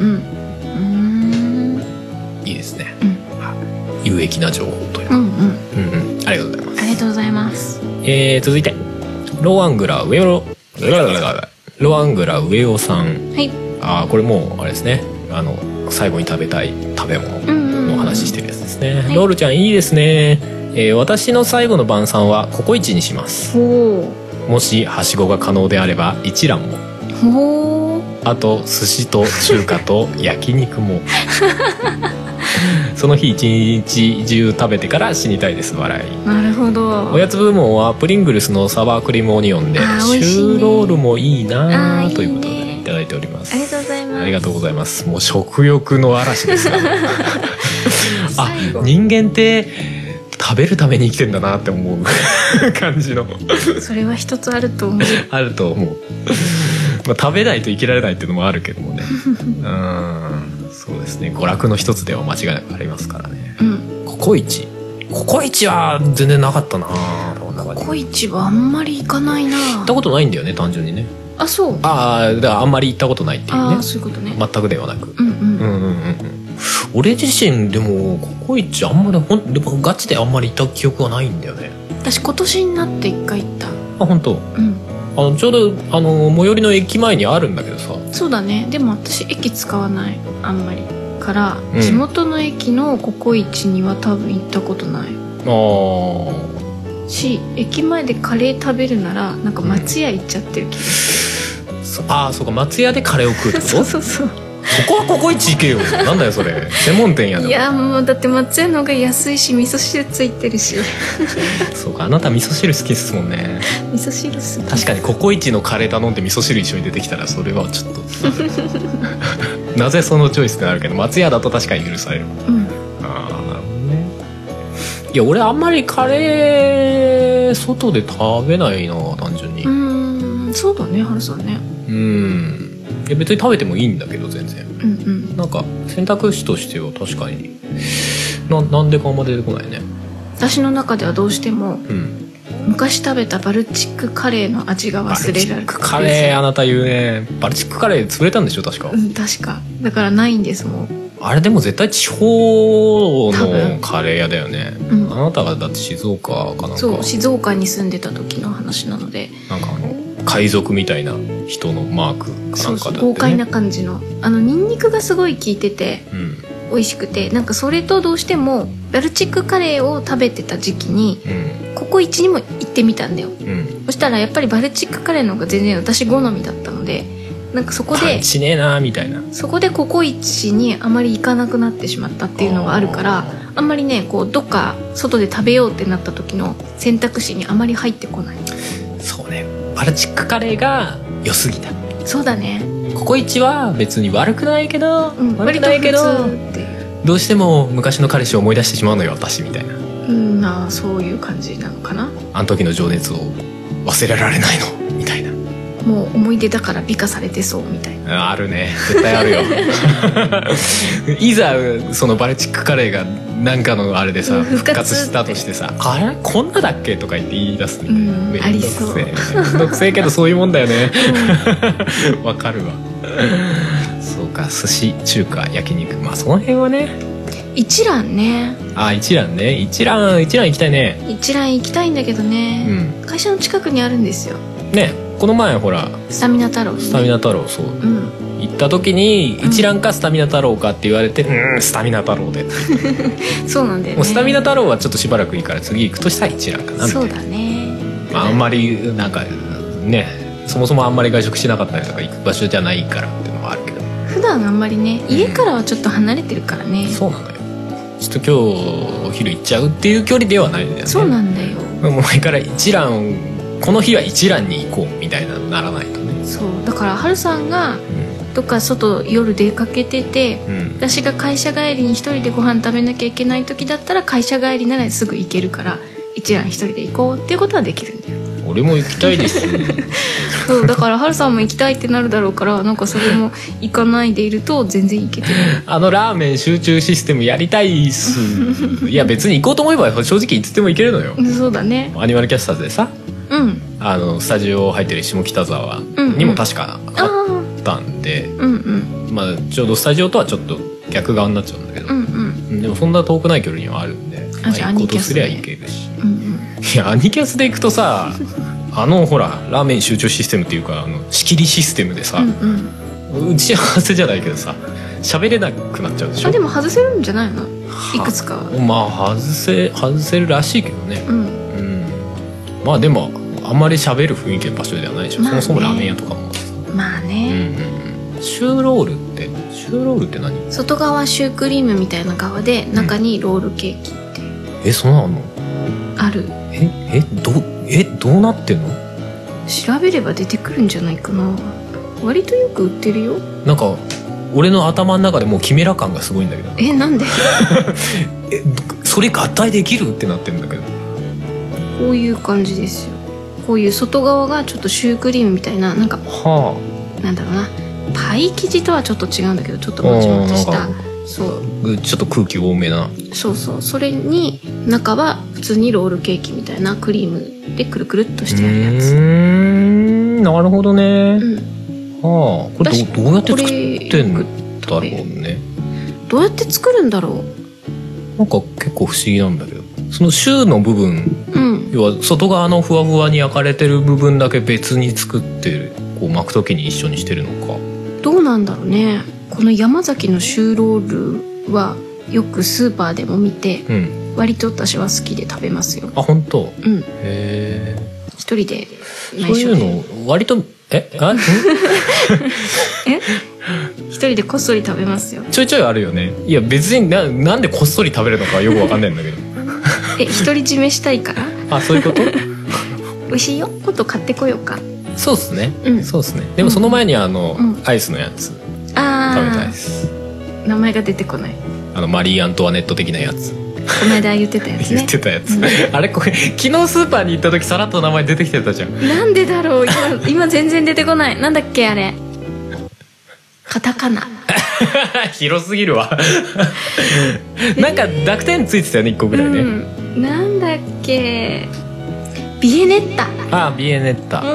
いいですね。有益な情報というか。ありがとうございます。 ありがとうございます。 続いてローアングラ上尾さん。はい。これもうあれですね。最後に食べたい食べ物の話してるやつですね。ロールちゃんいいですね。私の最後の晩餐はココイチにします。もしはしごが可能であれば一蘭も。あと寿司と中華と焼肉も。その日一日中食べてから死にたいです。笑い。 なるほど。 おやつ部門はプリングルスのサワークリームオニオンで、シューロールもいいなということでいただいております。 ありがとうございます。 ありがとうございます。もう食欲の嵐ですが人間って食べるために生きてんだなって思う感じのそれは一つあると思う。 あると思う。食べないと生きられないっていうのもあるけどもね。そうですね。娯楽の一つでは間違いなくありますからね。ココイチは全然なかったな。 ココイチはあんまり行かないな。 行ったことないんだよね、単純にね。 あ、そう。 だからあんまり行ったことないっていうね。 そういうことね。 全くではなく。俺自身でもココイチあんまりガチであんまり行った記憶はないんだよね。 私今年になって1回行った。 本当。ちょうど最寄りの駅前にあるんだけどさ。そうだね。でも私駅使わないあんまりから、地元の駅のココイチには多分行ったことないし、駅前でカレー食べるならなんか松屋行っちゃってる気がする。 そうか、松屋でカレーを食うってこと？ そうここはココイチ行けよ。なんだよそれ。専門店やだ。 いやもうだって松屋の方が安いし味噌汁ついてるしそうか、あなた味噌汁好きですもんね。 味噌汁好き。 確かにココイチのカレー頼んで味噌汁一緒に出てきたらそれはちょっとなぜそのチョイスってなるけど、松屋だと確かに許される。なるほどね。いや俺あんまりカレー外で食べないな、単純に。 そうだね、はるさんね。 いや別に食べてもいいんだけど全然、なんか選択肢としては確かになんでかあんま出てこないね。 私の中ではどうしても、昔食べたバルチックカレーの味が忘れられる。 バルチックカレー、あなた言うね。バルチックカレー潰れたんでしょ確か。 確か。だからないんですもん。 あれでも絶対地方のカレー屋だよね。あなたがだって静岡かなんか。 そう、静岡に住んでた時の話なので。 なんか海賊みたいな人のマークかなんかだってね。 豪快な感じのニンニクがすごい効いてて、美味しくて、なんかそれとどうしてもバルチックカレーを食べてた時期に、ココイチにも行ってみたんだよ。そしたらやっぱりバルチックカレーの方が全然私好みだったので、なんかそこでパンチねえなみたいな。 そこでココイチにあまり行かなくなってしまったっていうのがあるから、あんまりねこうどっか外で食べようってなった時の選択肢にあまり入ってこない。 そうね、バルチックカレーが良すぎた。 そうだね。 ココイチは別に悪くないけど、悪くないけどどうしても昔の彼氏を思い出してしまうのよ私みたいな。 そういう感じなのかな。 あの時の情熱を忘れられないのみたいな。 もう思い出だから美化されてそうみたいな。 あるね、絶対あるよいざそのバルチックカレーがなんかのあれでさ、復活したとしてさ、あれこんなだっけとか言って言い出すみたいな。 ありそう。 めんどくせえけどそういうもんだよね。わかるわ。そうか、寿司、中華、焼肉、その辺はね。 一蘭ね。 一蘭ね。一蘭行きたいね。 一蘭行きたいんだけどね、会社の近くにあるんですよね。この前ほらスタミナ太郎、 スタミナ太郎、そう、行った時に一蘭かスタミナ太郎かって言われて、スタミナ太郎でそうなんだよね。 もうスタミナ太郎はちょっとしばらくいいから次行くとしたら一蘭かなみたいな。 そうだね。 あんまりなんかね、そもそもあんまり外食しなかったりとか行く場所じゃないからっていうのはあるけど、 普段あんまりね家からはちょっと離れてるからね。 そうなのよ。ちょっと今日お昼行っちゃうっていう距離ではないんだよね。 そうなんだよ。 前から一蘭、この日は一蘭に行こうみたいなならないとね。 そうだから春さんがどっか外夜出かけてて、私が会社帰りに一人でご飯食べなきゃいけない時だったら、会社帰りならすぐ行けるから一蘭一人で行こうっていうことはできるんだよ。 俺も行きたいですそうだからハルさんも行きたいってなるだろうから、なんかそれも行かないでいると全然行けてる。 ラーメン集中システムやりたいっすいや別に行こうと思えば正直いつでも行けるのよ。 そうだね。 アニマルキャスターズでさ、スタジオ入ってる下北沢にも確かあったんで、まあちょうどスタジオとはちょっと逆側になっちゃうんだけど、でもそんな遠くない距離にはあるんで、 じゃあ行こうとすりゃ行けるし、いやアニキャスで行くとさほらラーメン集中システムっていうか仕切りシステムでさ、打ち合わせじゃないけどさ喋れなくなっちゃうでしょ。 でも外せるんじゃないの、いくつかは。 まあ外せるらしいけどね。まあでもあんまり喋る雰囲気の場所ではないでしょ、そもそもラーメン屋とかも。 まあね、 シューロールって何？ 外側シュークリームみたいな側で中にロールケーキって、 そんなのある。 どうなってんの？ 調べれば出てくるんじゃないかな。割とよく売ってるよ。 なんか俺の頭の中でもうキメラ感がすごいんだけど。 なんでそれ合体できるってなってるんだけど。 こういう感じですよ。こういう外側がちょっとシュークリームみたいな、なんか、なんだろうな、パイ生地とはちょっと違うんだけど、ちょっともちもちした、そうちょっと空気多めな。 そうそれに中は普通にロールケーキみたいなクリームでくるくるっとしてあるやつ。 なるほどね。これどうやって作ってんだろうね。 どうやって作るんだろう。なんか結構不思議なんだけど、そのシューの部分、要は外側のふわふわに焼かれてる部分だけ別に作ってる、こう巻く時に一緒にしてるのか。 どうなんだろうね。この山崎のシューロールはよくスーパーでも見て、割と私は好きで食べますよ。 本当。 へえ。一人でそういうの割と一人でこっそり食べますよ。 ちょいちょいあるよね。いや別になんでこっそり食べるのかよくわかんないんだけど独り占めしたいから。 そういうこと美味しいよ。今度買ってこようか。 そうっすね、そうっすね。でもその前にアイスのやつ食べたいです。 名前が出てこない。 マリー・アントワネット的なやつ。 この間言ってたやつね。 言ってたやつ、あれこれ昨日スーパーに行った時さらっと名前出てきてたじゃん。 なんでだろう。今全然出てこない。なんだっけあれ。カタカナ広すぎるわなんか濁点ついてたよね、1個ぐらいね。 なんだっけ。ビエネッタ。 ビエネッタ、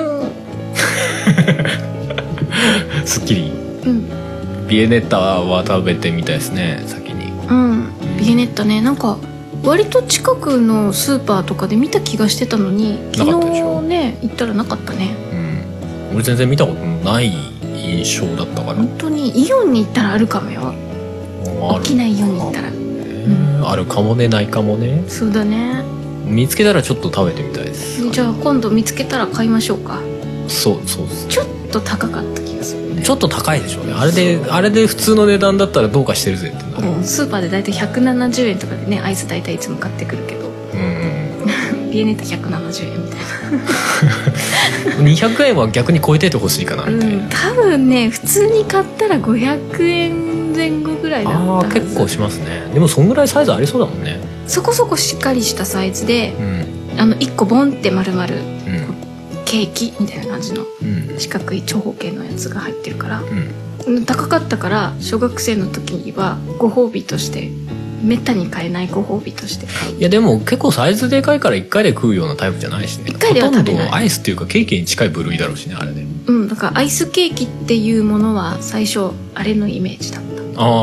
すっきり。ビエネッタは食べてみたいですね、先に。ビエネッタね、なんか割と近くのスーパーとかで見た気がしてたのに、昨日ね行ったらなかったね。 俺全然見たことない印象だったから。 本当にイオンに行ったらあるかもよ。大きなイオンに行ったらあるかもね、ないかもね。 そうだね。 見つけたらちょっと食べてみたいです。 じゃあ今度見つけたら買いましょうか。 そうです。 ちょっと高かった気がするね。 ちょっと高いでしょうね。あれで普通の値段だったらどうかしてるぜってなる。 スーパーでだいたい170円とかでね、アイスだいたいいつも買ってくるけど、ビエネッタ170円みたいな 200円は逆に超えててほしいかなみたいな。 多分ね、普通に買ったら500円前後ぐらいだったはず。 結構しますね。でもそんぐらいサイズありそうだもんね。 そこそこしっかりしたサイズで、1個ボンって丸々、ケーキみたいな感じの四角い長方形のやつが入ってるから、高かったから小学生の時にはご褒美として、めったに買えないご褒美として買う。 いやでも結構サイズでかいから1回で食うようなタイプじゃないしね。 1回では食べない。 ほとんどアイスっていうかケーキに近い部類だろうしね、あれで。 だからアイスケーキっていうものは最初あれのイメージだった。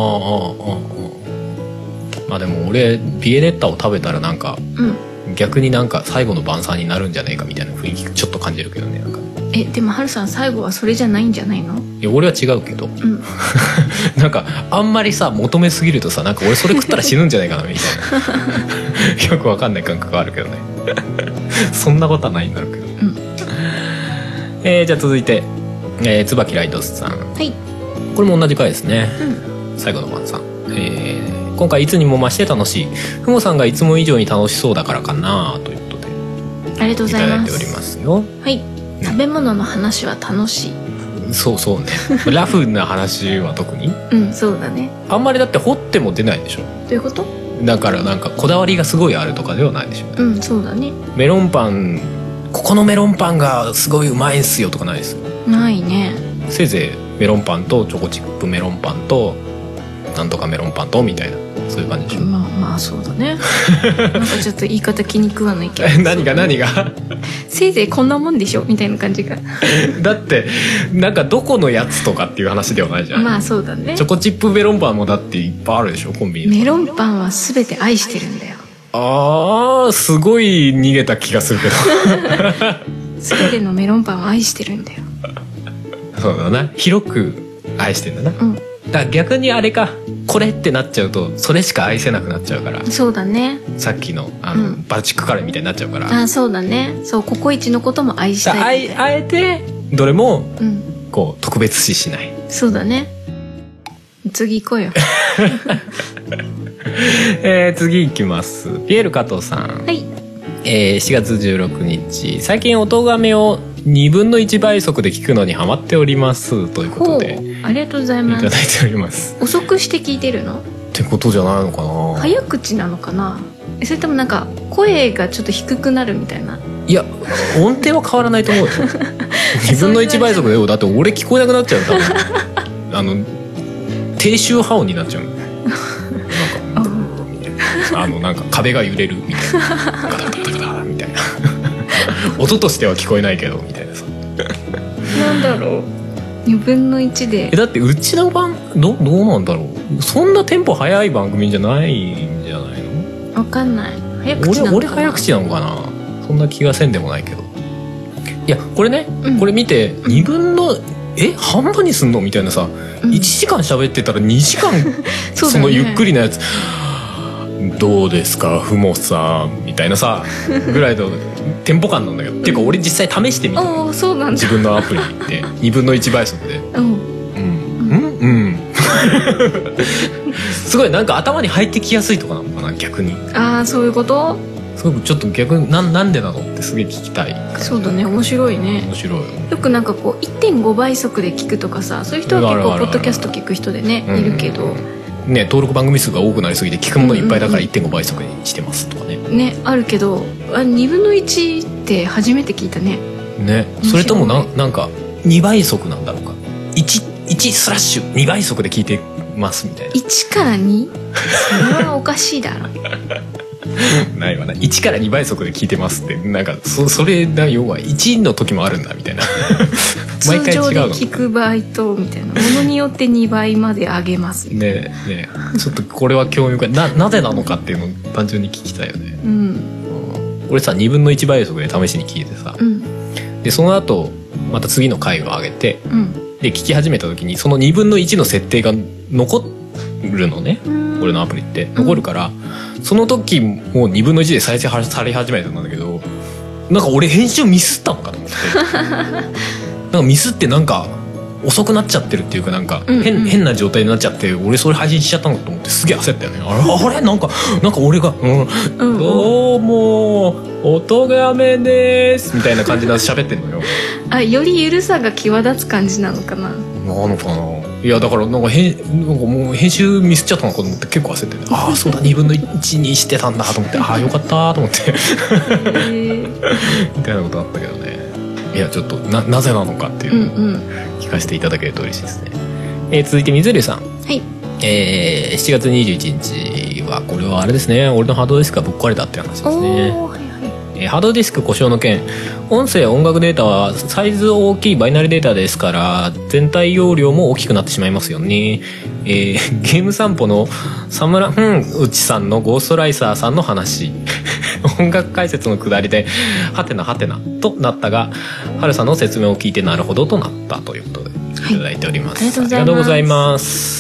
まあでも俺ビエネッタを食べたらなんか、逆になんか最後の晩餐になるんじゃないかみたいな雰囲気ちょっと感じるけどね。なんかでもハルさん最後はそれじゃないんじゃないの？ いや俺は違うけど、なんかあんまりさ求めすぎるとさ、なんか俺それ食ったら死ぬんじゃないかなみたいなよくわかんない感覚があるけどねそんなことはないんだろうけど、じゃあ続いて、椿ライドスさん、これも同じ回ですね、最後の晩餐。今回いつにも増して楽しい。ふもさんがいつも以上に楽しそうだからかなということで、 ありがとうございます。 いただいておりますよ。 食べ物の話は楽しい。 そうねラフな話は特にうんそうだね。 あんまりだって掘っても出ないでしょ。 どういうこと？ だからなんかこだわりがすごいあるとかではないでしょ。 うんそうだね。 メロンパンここのメロンパンがすごいうまいんすよとかないですよ。 ないね。 せいぜいメロンパンとチョコチップメロンパンとなんとかメロンパンとみたいなそういう感じでしょ。 まあそうだねなんかちょっと言い方気に食わないけど何がせいぜいこんなもんでしょみたいな感じがだってなんかどこのやつとかっていう話ではないじゃん。 まあそうだね。 チョコチップメロンパンもだっていっぱいあるでしょコンビニ。 メロンパンは全て愛してるんだよ。 あーすごい逃げた気がするけど全てのメロンパンを愛してるんだよそうだな広く愛してんだな、うん、だから逆にあれかこれってなっちゃうとそれしか愛せなくなっちゃうから。 そうだね。 さっきのバルチックカレーみたいになっちゃうから。 あそうだね。そうココイチのことも愛したいあえてどれもこう特別視しない。 そうだね。次行こうよ次行きます。ピエール加藤さん、 はい。 7月16日最近音がめを2分の1倍速で聞くのにハマっておりますということでありがとうございます。 いただいております。 遅くして聞いてるのってことじゃないのかな。 早口なのかな。それともなんか声がちょっと低くなるみたいな。 いや音程は変わらないと思うよ2分の1倍速でよ。だって俺聞こえなくなっちゃう多分低周波音になっちゃうなんか壁が揺れるみたいなガタガタガタガタみたいな音としては聞こえないけどみたいなさなんだろう2分の1でだってうちの番どうなんだろう。そんなテンポ速い番組じゃないんじゃないの。 分かんない。早口なのかな。俺早口なのかな。そんな気がせんでもないけど。いやこれね、これ見て2分の半分にすんのみたいなさ、1時間喋ってたら2時間そのゆっくりなやつどうですかふもさんみたいなさぐらいのテンポ感なんだけどっていうか俺実際試してみた。 そうなんだ。 自分のアプリで2分の1倍速ですごいなんか頭に入ってきやすいとかなのかな逆に。 そういうこと。 すごくちょっと逆になんでなのってすげえ聞きたい。 そうだね面白いね。 面白いよくなんかこう 1.5 倍速で聞くとかさそういう人は結構ポッドキャスト聞く人でねいるけどね、登録番組数が多くなりすぎて聞くものいっぱいだから 1.5 倍速にしてますとかね。 ねあるけど2分の1って初めて聞いたね。 ねそれともなんか2倍速なんだろうか。1スラッシュ2倍速で聞いてますみたいな。 1から 2? それはおかしいだろないわな。1から2倍速で聞いてますってなんかそれだ要は1の時もあるんだみたいな毎回違うの。 通常で聞く場合とみたいなものによって2倍まで上げますねちょっとこれは興味深い。なぜなのかっていうのを単純に聞きたいよね。俺さ2分の1倍速で試しに聞いてさ、でその後また次の回を上げて、で聞き始めた時にその2分の1の設定が残るのね。俺のアプリって残るから、その時もう2分の1で再生され始めたんだけどなんか俺編集ミスったのかと思ってなんかミスってなんか遅くなっちゃってるっていうかなんか変な状態になっちゃって俺それ配信しちゃったのかと思ってすげえ焦ったよね。あれなんか俺がどうも音がめですみたいな感じで喋ってんのよよりゆるさが際立つ感じなのかな。 なのかな。いやだからなんかもう編集ミスっちゃったのかと思って結構焦ってねそうだ2分の1にしてたんだと思ってよかったと思ってみたいなことあったけどね。いやちょっとなぜなのかっていうのを聞かせていただけると嬉しいですね。続いて水流さん、7月21日はこれはあれですね俺のハードディスクがぶっ壊れたって話ですね。ハードディスク故障の件音声や音楽データはサイズ大きいバイナリデータですから全体容量も大きくなってしまいますよね。ゲーム散歩のサムラ内さんのゴーストライサーさんの話音楽解説のくだりではてなはてなとなったがはるさんの説明を聞いてなるほどとなったということでいただいております、 ありがとうございます。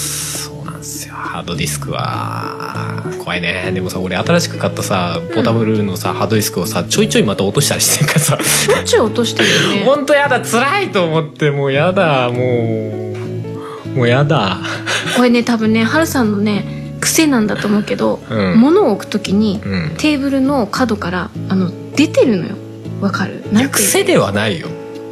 そうなんですよ。ハードディスクは怖いね。でもさ俺新しく買ったさポータブルのさ、ハードディスクをさちょいちょいまた落としたりしてるからさしょっちゅう落としてるよね。 ほんとやだ辛いと思ってもうやだもうやだこれね多分ねはるさんのね癖なんだと思うけど、物を置くときに、テーブルの角から出てるのよ。わかる？ いや癖ではないよ。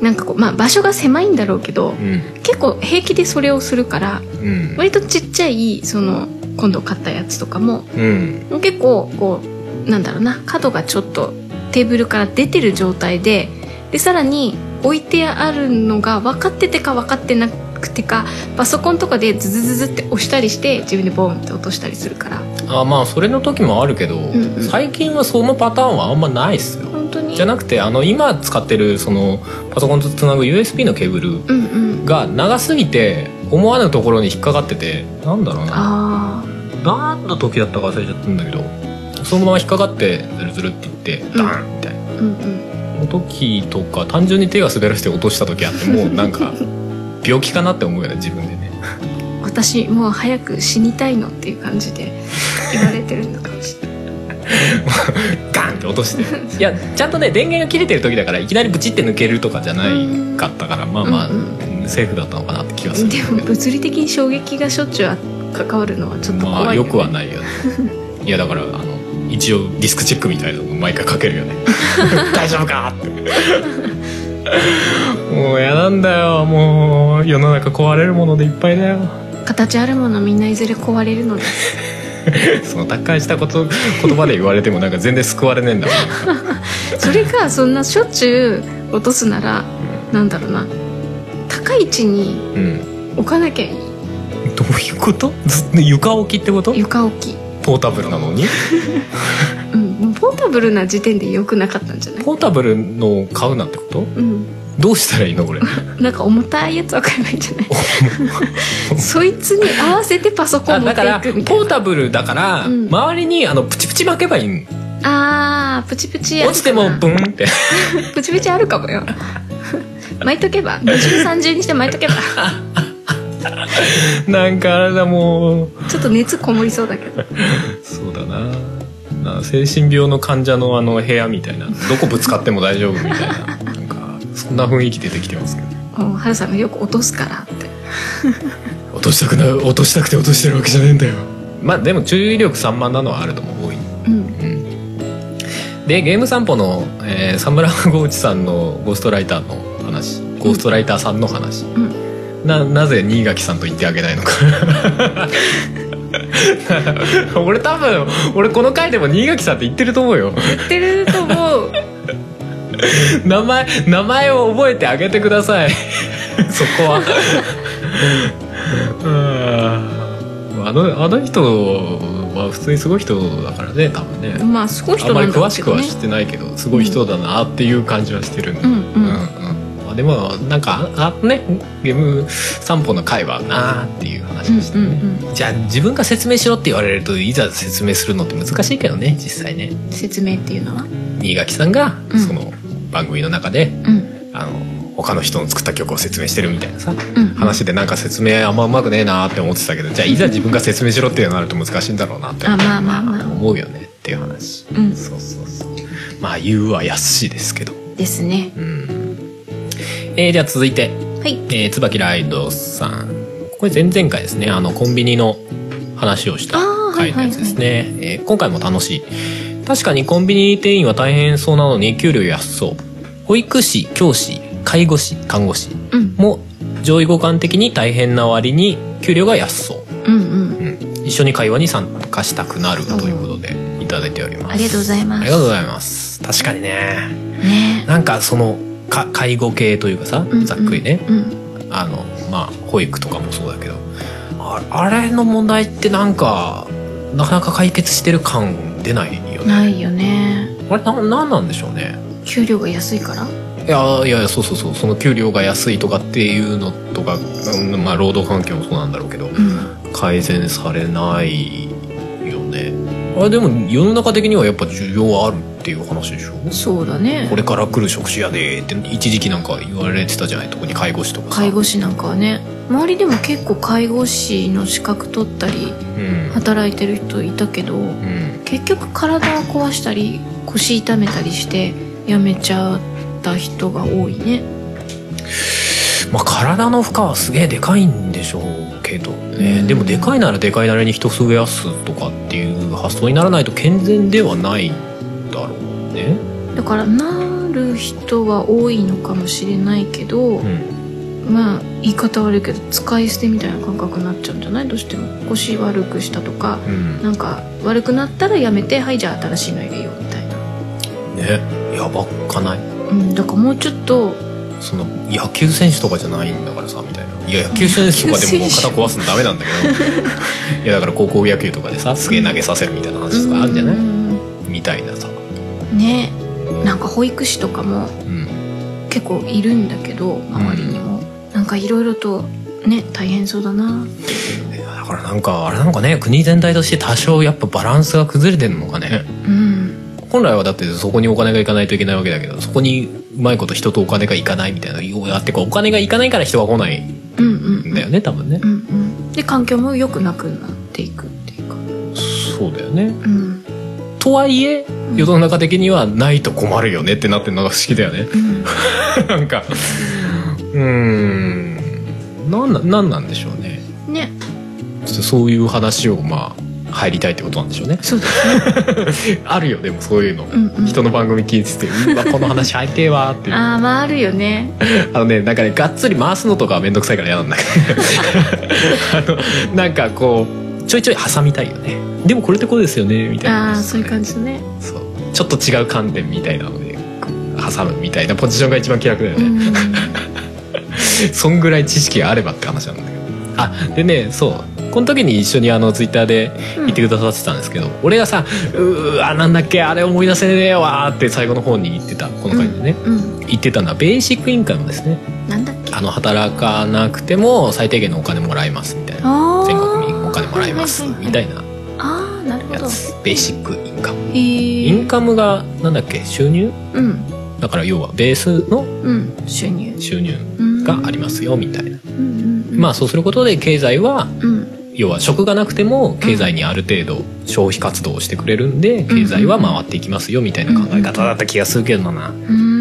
なんかこう、まあ、場所が狭いんだろうけど、結構平気でそれをするから、割とちっちゃいその今度買ったやつとかも、結構こうなんだろうな、角がちょっとテーブルから出てる状態でさらに置いてあるのが分かっててか分かってなくてか、パソコンとかでズズズズって押したりして自分でボンって落としたりするから。 まあそれの時もあるけど、最近はそのパターンはあんまないっすよ。 本当に？ じゃなくて今使ってるそのパソコンとつなぐ USB のケーブルが長すぎて思わぬところに引っかかってて、なんだろうな、何の時だったか忘れちゃったんだけど、そのまま引っかかってズルズルっていってダーンみたいな、の時とか単純に手が滑らして落とした時あって、もうなんか病気かなって思うよね、自分でね。 私もう早く死にたいのっていう感じで言われてるのかもしれない。 ガンって落としていやちゃんとね電源が切れてる時だからいきなりブチって抜けるとかじゃないかったから、まあまあ、セーフだったのかなって気がする。 でも物理的に衝撃がしょっちゅう関わるのはちょっと怖いよね。 まあよくはないよね。いやだから一応ディスクチェックみたいなのを毎回かけるよね。大丈夫かって。もう嫌なんだよ、もう世の中壊れるものでいっぱいだよ。 形あるものみんないずれ壊れるのです。 その達観した言葉で言われてもなんか全然救われねえんだもん。 それがそんなしょっちゅう落とすなら、なんだろうな、高い位置に置かなきゃいい。 どういうこと？床置きってこと？ 床置き。 ポータブルなのに？ ポータブルな時点で良くなかったんじゃない？ ポータブルの買うなってこと？どうしたらいいのこれ。 なんか重たいやつは買えばいいんじゃない？そいつに合わせてパソコン持っていくみたいな。だからポータブルだから、周りにプチプチ巻けばいい。 プチプチあるかな。 落ちてもブンって。 プチプチあるかもよ。巻いとけば、20、30にして巻いとけば。 なんかあれだ、もうちょっと熱こもりそうだけど。 そうだな。精神病の患者の部屋みたいな、どこぶつかっても大丈夫みたいな、なんかそんな雰囲気出てきてますけど。 はるさんがよく落とすからって。 落としたくて落としてるわけじゃねえんだよ。まあでも注意力散漫なのはあると思う。でゲーム散歩の、サムラゴーチさんのゴーストライターの話、ゴーストライターさんの話、なぜ新垣さんと言ってあげないのか。俺多分この回でも新垣さんって言ってると思うよ。 言ってると思う。 名前を覚えてあげてください。そこは。あの人は普通にすごい人だからね、多分ね。 まあすごい人なんだけどね。 あんまり詳しくは知ってないけどすごい人だなっていう感じはしてるんで。でもなんかね、ゲーム散歩の回はなーっていう話でしたね。じゃあ自分が説明しろって言われるといざ説明するのって難しいけどね、実際ね。 説明っていうのは新垣さんがその番組の中で、他の人の作った曲を説明してるみたいなさ、話でなんか説明あんまうまくねえなーって思ってたけど、じゃあいざ自分が説明しろっていうのになると難しいんだろうなって思うよねっていう話。そうまあ言うは易しいですけどですね。 じゃあ続いて、椿ライドさん、これ前々回ですね、コンビニの話をした回のやつですね。今回も楽しい。確かにコンビニ店員は大変そうなのに給料安そう。保育士、教師、介護士、看護師も上位互換的に大変な割に給料が安そう。一緒に会話に参加したくなるということでいただいております。 ありがとうございます。 ありがとうございます。確かにね。なんかその介護系というかさ、ざっくりね、まあ保育とかもそうだけど、あれの問題ってなんかなかなか解決してる感出ないよね。 ないよね。 あれなんなんでしょうね。 給料が安いから？ いやそうその給料が安いとかっていうのとか、まあ労働環境もそうなんだろうけど、改善されないよね。でも世の中的にはやっぱ需要はあるっていう話でしょ。そうだね。これから来る職種やでって一時期なんか言われてたじゃない。特に介護士とかさ。介護士なんかはね、周りでも結構介護士の資格取ったり、働いてる人いたけど、結局体を壊したり腰痛めたりして辞めちゃった人が多いね。まあ体の負荷はすげえでかいんでしょうけどね、でもでかいならでかいなりに人増やすとかっていう発想にならないと健全ではないだろうね。 だからなる人は多いのかもしれないけど、まあ言い方悪いけど使い捨てみたいな感覚になっちゃうんじゃない？どうしても腰悪くしたとか、なんか悪くなったらやめて、はいじゃあ新しいの入れようみたいなね。やばかない？ だからもうちょっとその野球選手とかじゃないんだからさみたいな。いや野球選手とかでも肩壊すのダメなんだけどいやだから高校野球とかでさすげえ投げさせるみたいな話とかあるんじゃない？みたいなさね。なんか保育士とかも結構いるんだけど周りにも、なんかいろいろとね大変そうだな。 だからなんかあれなのかね、国全体として多少やっぱバランスが崩れてるのかね。本来はだってそこにお金がいかないといけないわけだけど、そこにうまいこと人とお金がいかないみたいな、やってお金がいかないから人が来ないんだよね、多分ね。で環境も良くなくなっていくっていうか。そうだよね。とはいえ世の中的にはないと困るよねってなってるのが不思議だよね。なんかなんなんでしょうね。ね。そういう話をまあ入りたいってことなんでしょうね。そうですね。あるよでもそういうの、人の番組聞いててうわこの話入りてえわっていう。ああるよね。なんかねがっつり回すのとかはめんどくさいから嫌なんだけどなんかこうちょいちょい挟みたいよね。でもこれってこうですよねみたいな、そういう感じね。そうちょっと違う観点みたいなので挟むみたいなポジションが一番気楽だよね。そんぐらい知識があればって話なんだけど。でね、そうこの時に一緒にツイッターで言ってくださってたんですけど、俺がさなんだっけあれ思い出せねえわって最後の方に言ってたこの回でね、言ってたのはベーシックインカムですね。なんだっけ？働かなくても最低限のお金もらえますみたいな、全国民お金もらえますみたいなやつ。ベーシックインカム。インカムがなんだっけ？収入？だから要はベースの収入がありますよみたいな。まあそうすることで経済は、要は職がなくても経済にある程度消費活動をしてくれるんで、経済は回っていきますよみたいな考え方だった気がするけどな。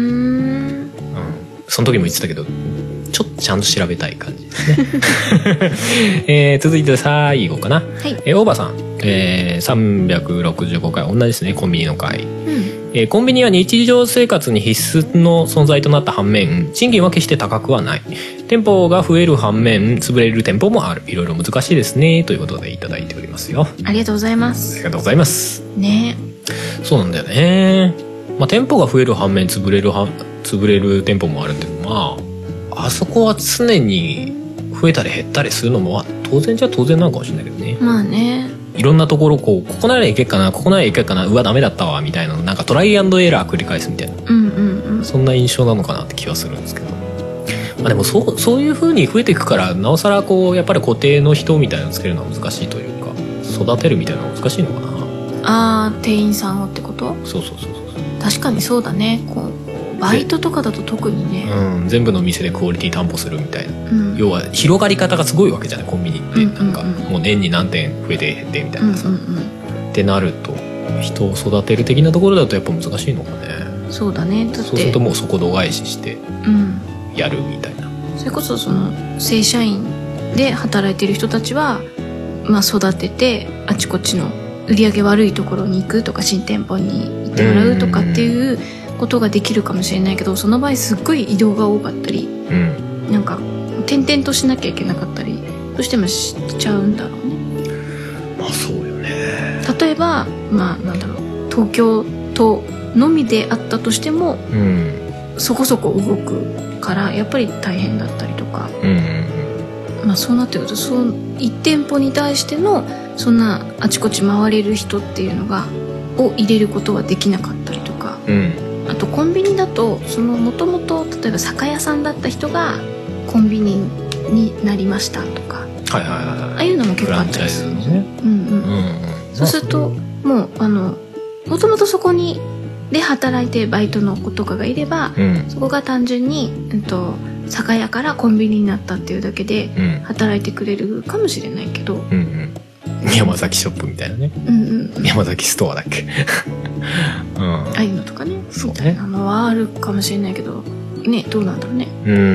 その時も言ってたけどちょっとちゃんと調べたい感じですね。続いて最後かな。大場さん、365回同じですね。コンビニの回。コンビニは日常生活に必須の存在となった反面、賃金は決して高くはない。店舗が増える反面、潰れる店舗もある。いろいろ難しいですねということでいただいておりますよ。ありがとうございます。ありがとうございますね。そうなんだよね。店舗が増える反面潰れる店舗もあるっていうのは、あそこは常に増えたり減ったりするのも当然じゃ当然なのかもしれないけどね。まあね。いろんなところここならいけっかな、ここならいけっかな、うわダメだったわみたいな、なんかトライアンドエラー繰り返すみたいな、そんな印象なのかなって気はするんですけど、でもそういう風に増えていくから、なおさらやっぱり固定の人みたいなのつけるのは難しいというか、育てるみたいなのは難しいのかな。店員さんをってこと？そう確かにそうだね。バイトとかだと特にね、全部の店でクオリティ担保するみたいな、要は広がり方がすごいわけじゃないコンビニって。なんかもう年に何店増えて減ってみたいなさ、ってなると人を育てる的なところだとやっぱ難しいのかね。そうだね。だってそうするともうそこ度外視してやるみたいな、それこそその正社員で働いてる人たちは、育ててあちこちの売り上げ悪いところに行くとか、新店舗に行ってもらうとかっていうことができるかもしれないけど、その場合すっごい移動が多かったり、なんか転々としなきゃいけなかったりどうしてもしちゃうんだろうね。そうよね。例えばなんだろう、東京都のみであったとしても、そこそこ動くからやっぱり大変だったりとか、そうなってくるとそう1店舗に対してのそんなあちこち回れる人っていうのを入れることはできなかったりとか、あとコンビニだともともと例えば酒屋さんだった人がコンビニになりましたとか、ああいうのも結構あったりするね。そうするともうもともとそこで働いてバイトの子とかがいれば、そこが単純に、酒屋からコンビニになったっていうだけで働いてくれるかもしれないけど、山崎ショップみたいなね、山崎ストアだっけああいうのとかね、みたいなのはあるかもしれないけどね、どうなんだろうね。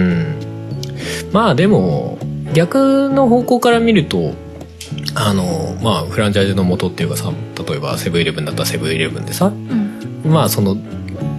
でも逆の方向から見るとフランチャイズの元っていうかさ、例えばセブンイレブンだったらセブンイレブンでさ、その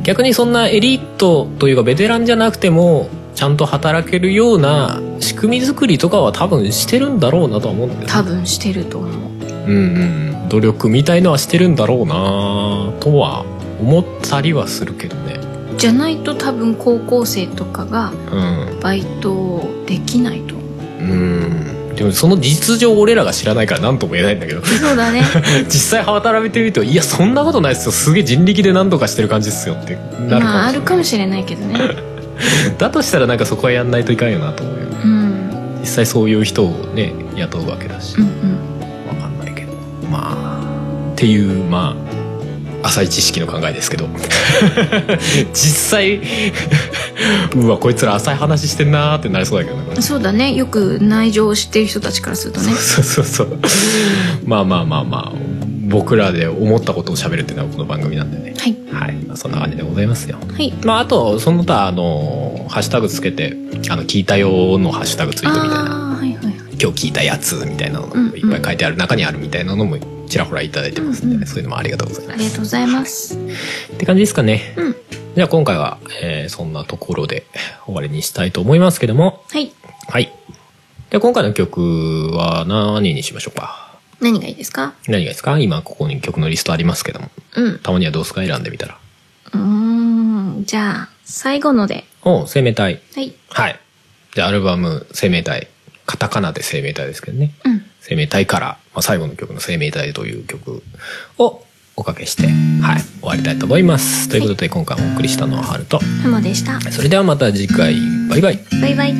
逆にそんなエリートというかベテランじゃなくてもちゃんと働けるような仕組み作りとかは多分してるんだろうなとは思うんだけど、 多分してると思う。 努力みたいのはしてるんだろうなとは思ったりはするけどね。 じゃないと多分高校生とかがバイトできないと思う。 でもその実情俺らが知らないから何とも言えないんだけど。 そうだね。 実際働いてみると、いやそんなことないですよ、すげえ人力で何とかしてる感じですよってなるかもしれない。 まああるかもしれないけどね。 だとしたらなんかそこはやんないといかんよなと思うよね。実際そういう人をね雇うわけだし、わかんないけど、まあっていう浅い知識の考えですけど実際うわこいつら浅い話してんなーってなりそうだけどね。 そうだね、よく内情を知ってる人たちからするとね。 そうまあ僕らで思ったことを喋るっていうのはこの番組なんでね。はい、そんな感じでございますよ。はい。あとその他ハッシュタグつけて聞いたよのハッシュタグツイートみたいな、今日聞いたやつみたいなのがいっぱい書いてある中にあるみたいなのもちらほらいただいてますんでね、そういうのもありがとうございます。 ありがとうございます。 って感じですかね。じゃあ今回は、そんなところで終わりにしたいと思いますけども。はい。じゃあ今回の曲は何にしましょうか。 何がいいですか？ 今ここに曲のリストありますけども。たまにはどうすか、選んでみたら。 じゃあ最後ので。 生命体。はい。じゃあアルバム生命体。カタカナで生命体ですけどね。生命体から、最後の曲の生命体という曲をおかけして、終わりたいと思います。ということで今回お送りしたのはハルとハモでした。 それではまた次回。バイバイ。 バイバイ。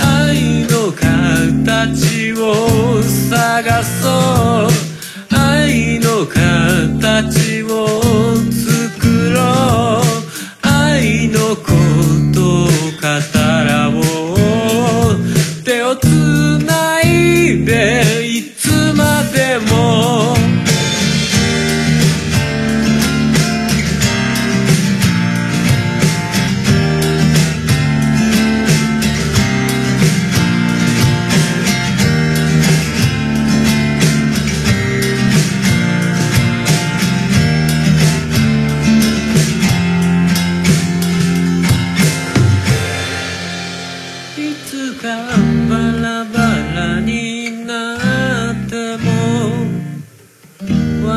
愛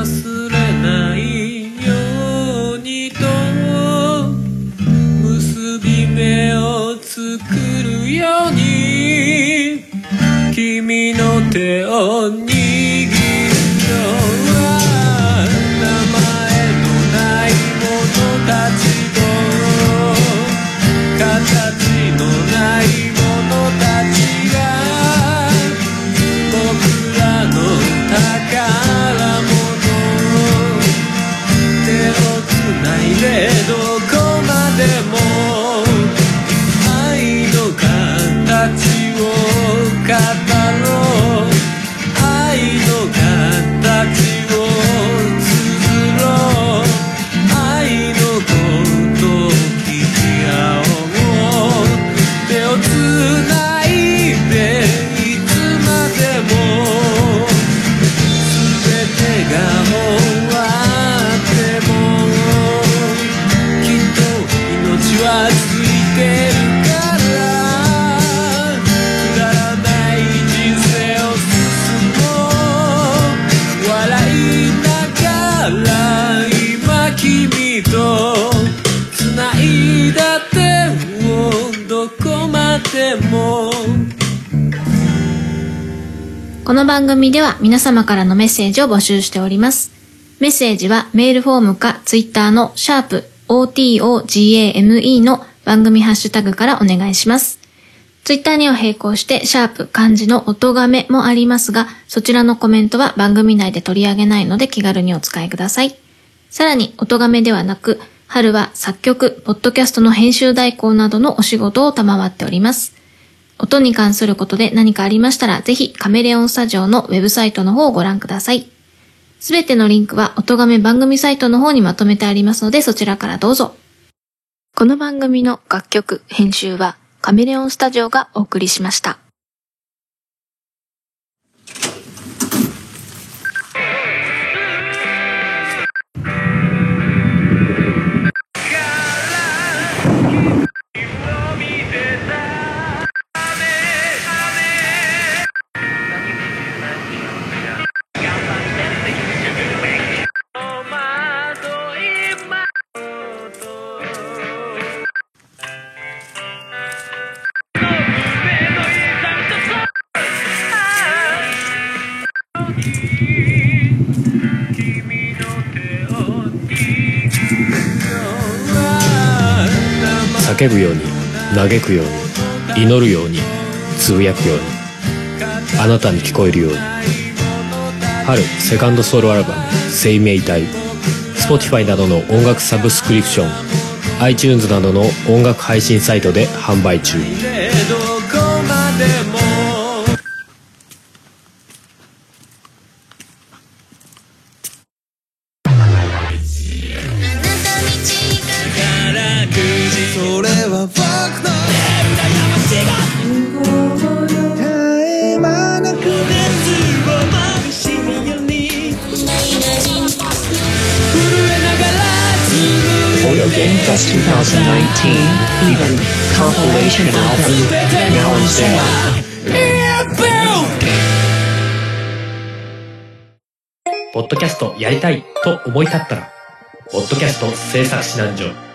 忘れないようにと結び目を作るように君の手を握るよ名前のないものたちと形のないものたちが僕らの宝物手をつないでどこまでも愛の形を語ろう愛の形を綴ろう愛のことを聞き合おう手をつないでいつまでも全てが終わってもきっと命はついてるからくだらない人生を進もう笑いながら今君と繋いだ手をどこまでも。 この番組では皆様からのメッセージを募集しております。メッセージはメールフォームかツイッターの#OTOGAME の番組ハッシュタグからお願いします。ツイッターには並行して漢字の音がめもありますが、そちらのコメントは番組内で取り上げないので気軽にお使いください。さらに音がめではなく、春は作曲、ポッドキャストの編集代行などのお仕事を賜っております。音に関することで何かありましたら、ぜひカメレオンスタジオのウェブサイトの方をご覧ください。すべてのリンクは音がめ番組サイトの方にまとめてありますので、そちらからどうぞ。この番組の楽曲、編集はカメレオンスタジオがお送りしました。 叫ぶように嘆くように祈るようにつぶやくようにあなたに聞こえるように春セカンドソロアルバム生命体 Spotify などの音楽サブスクリプション iTunes などの音楽配信サイトで販売中。それは僕の絶え間なく熱をまぶしみように震えながら Photo Game Fest 2019 Even Compilation Album Now on sale ポッドキャストやりたいと思い立ったらポッドキャスト制作指南所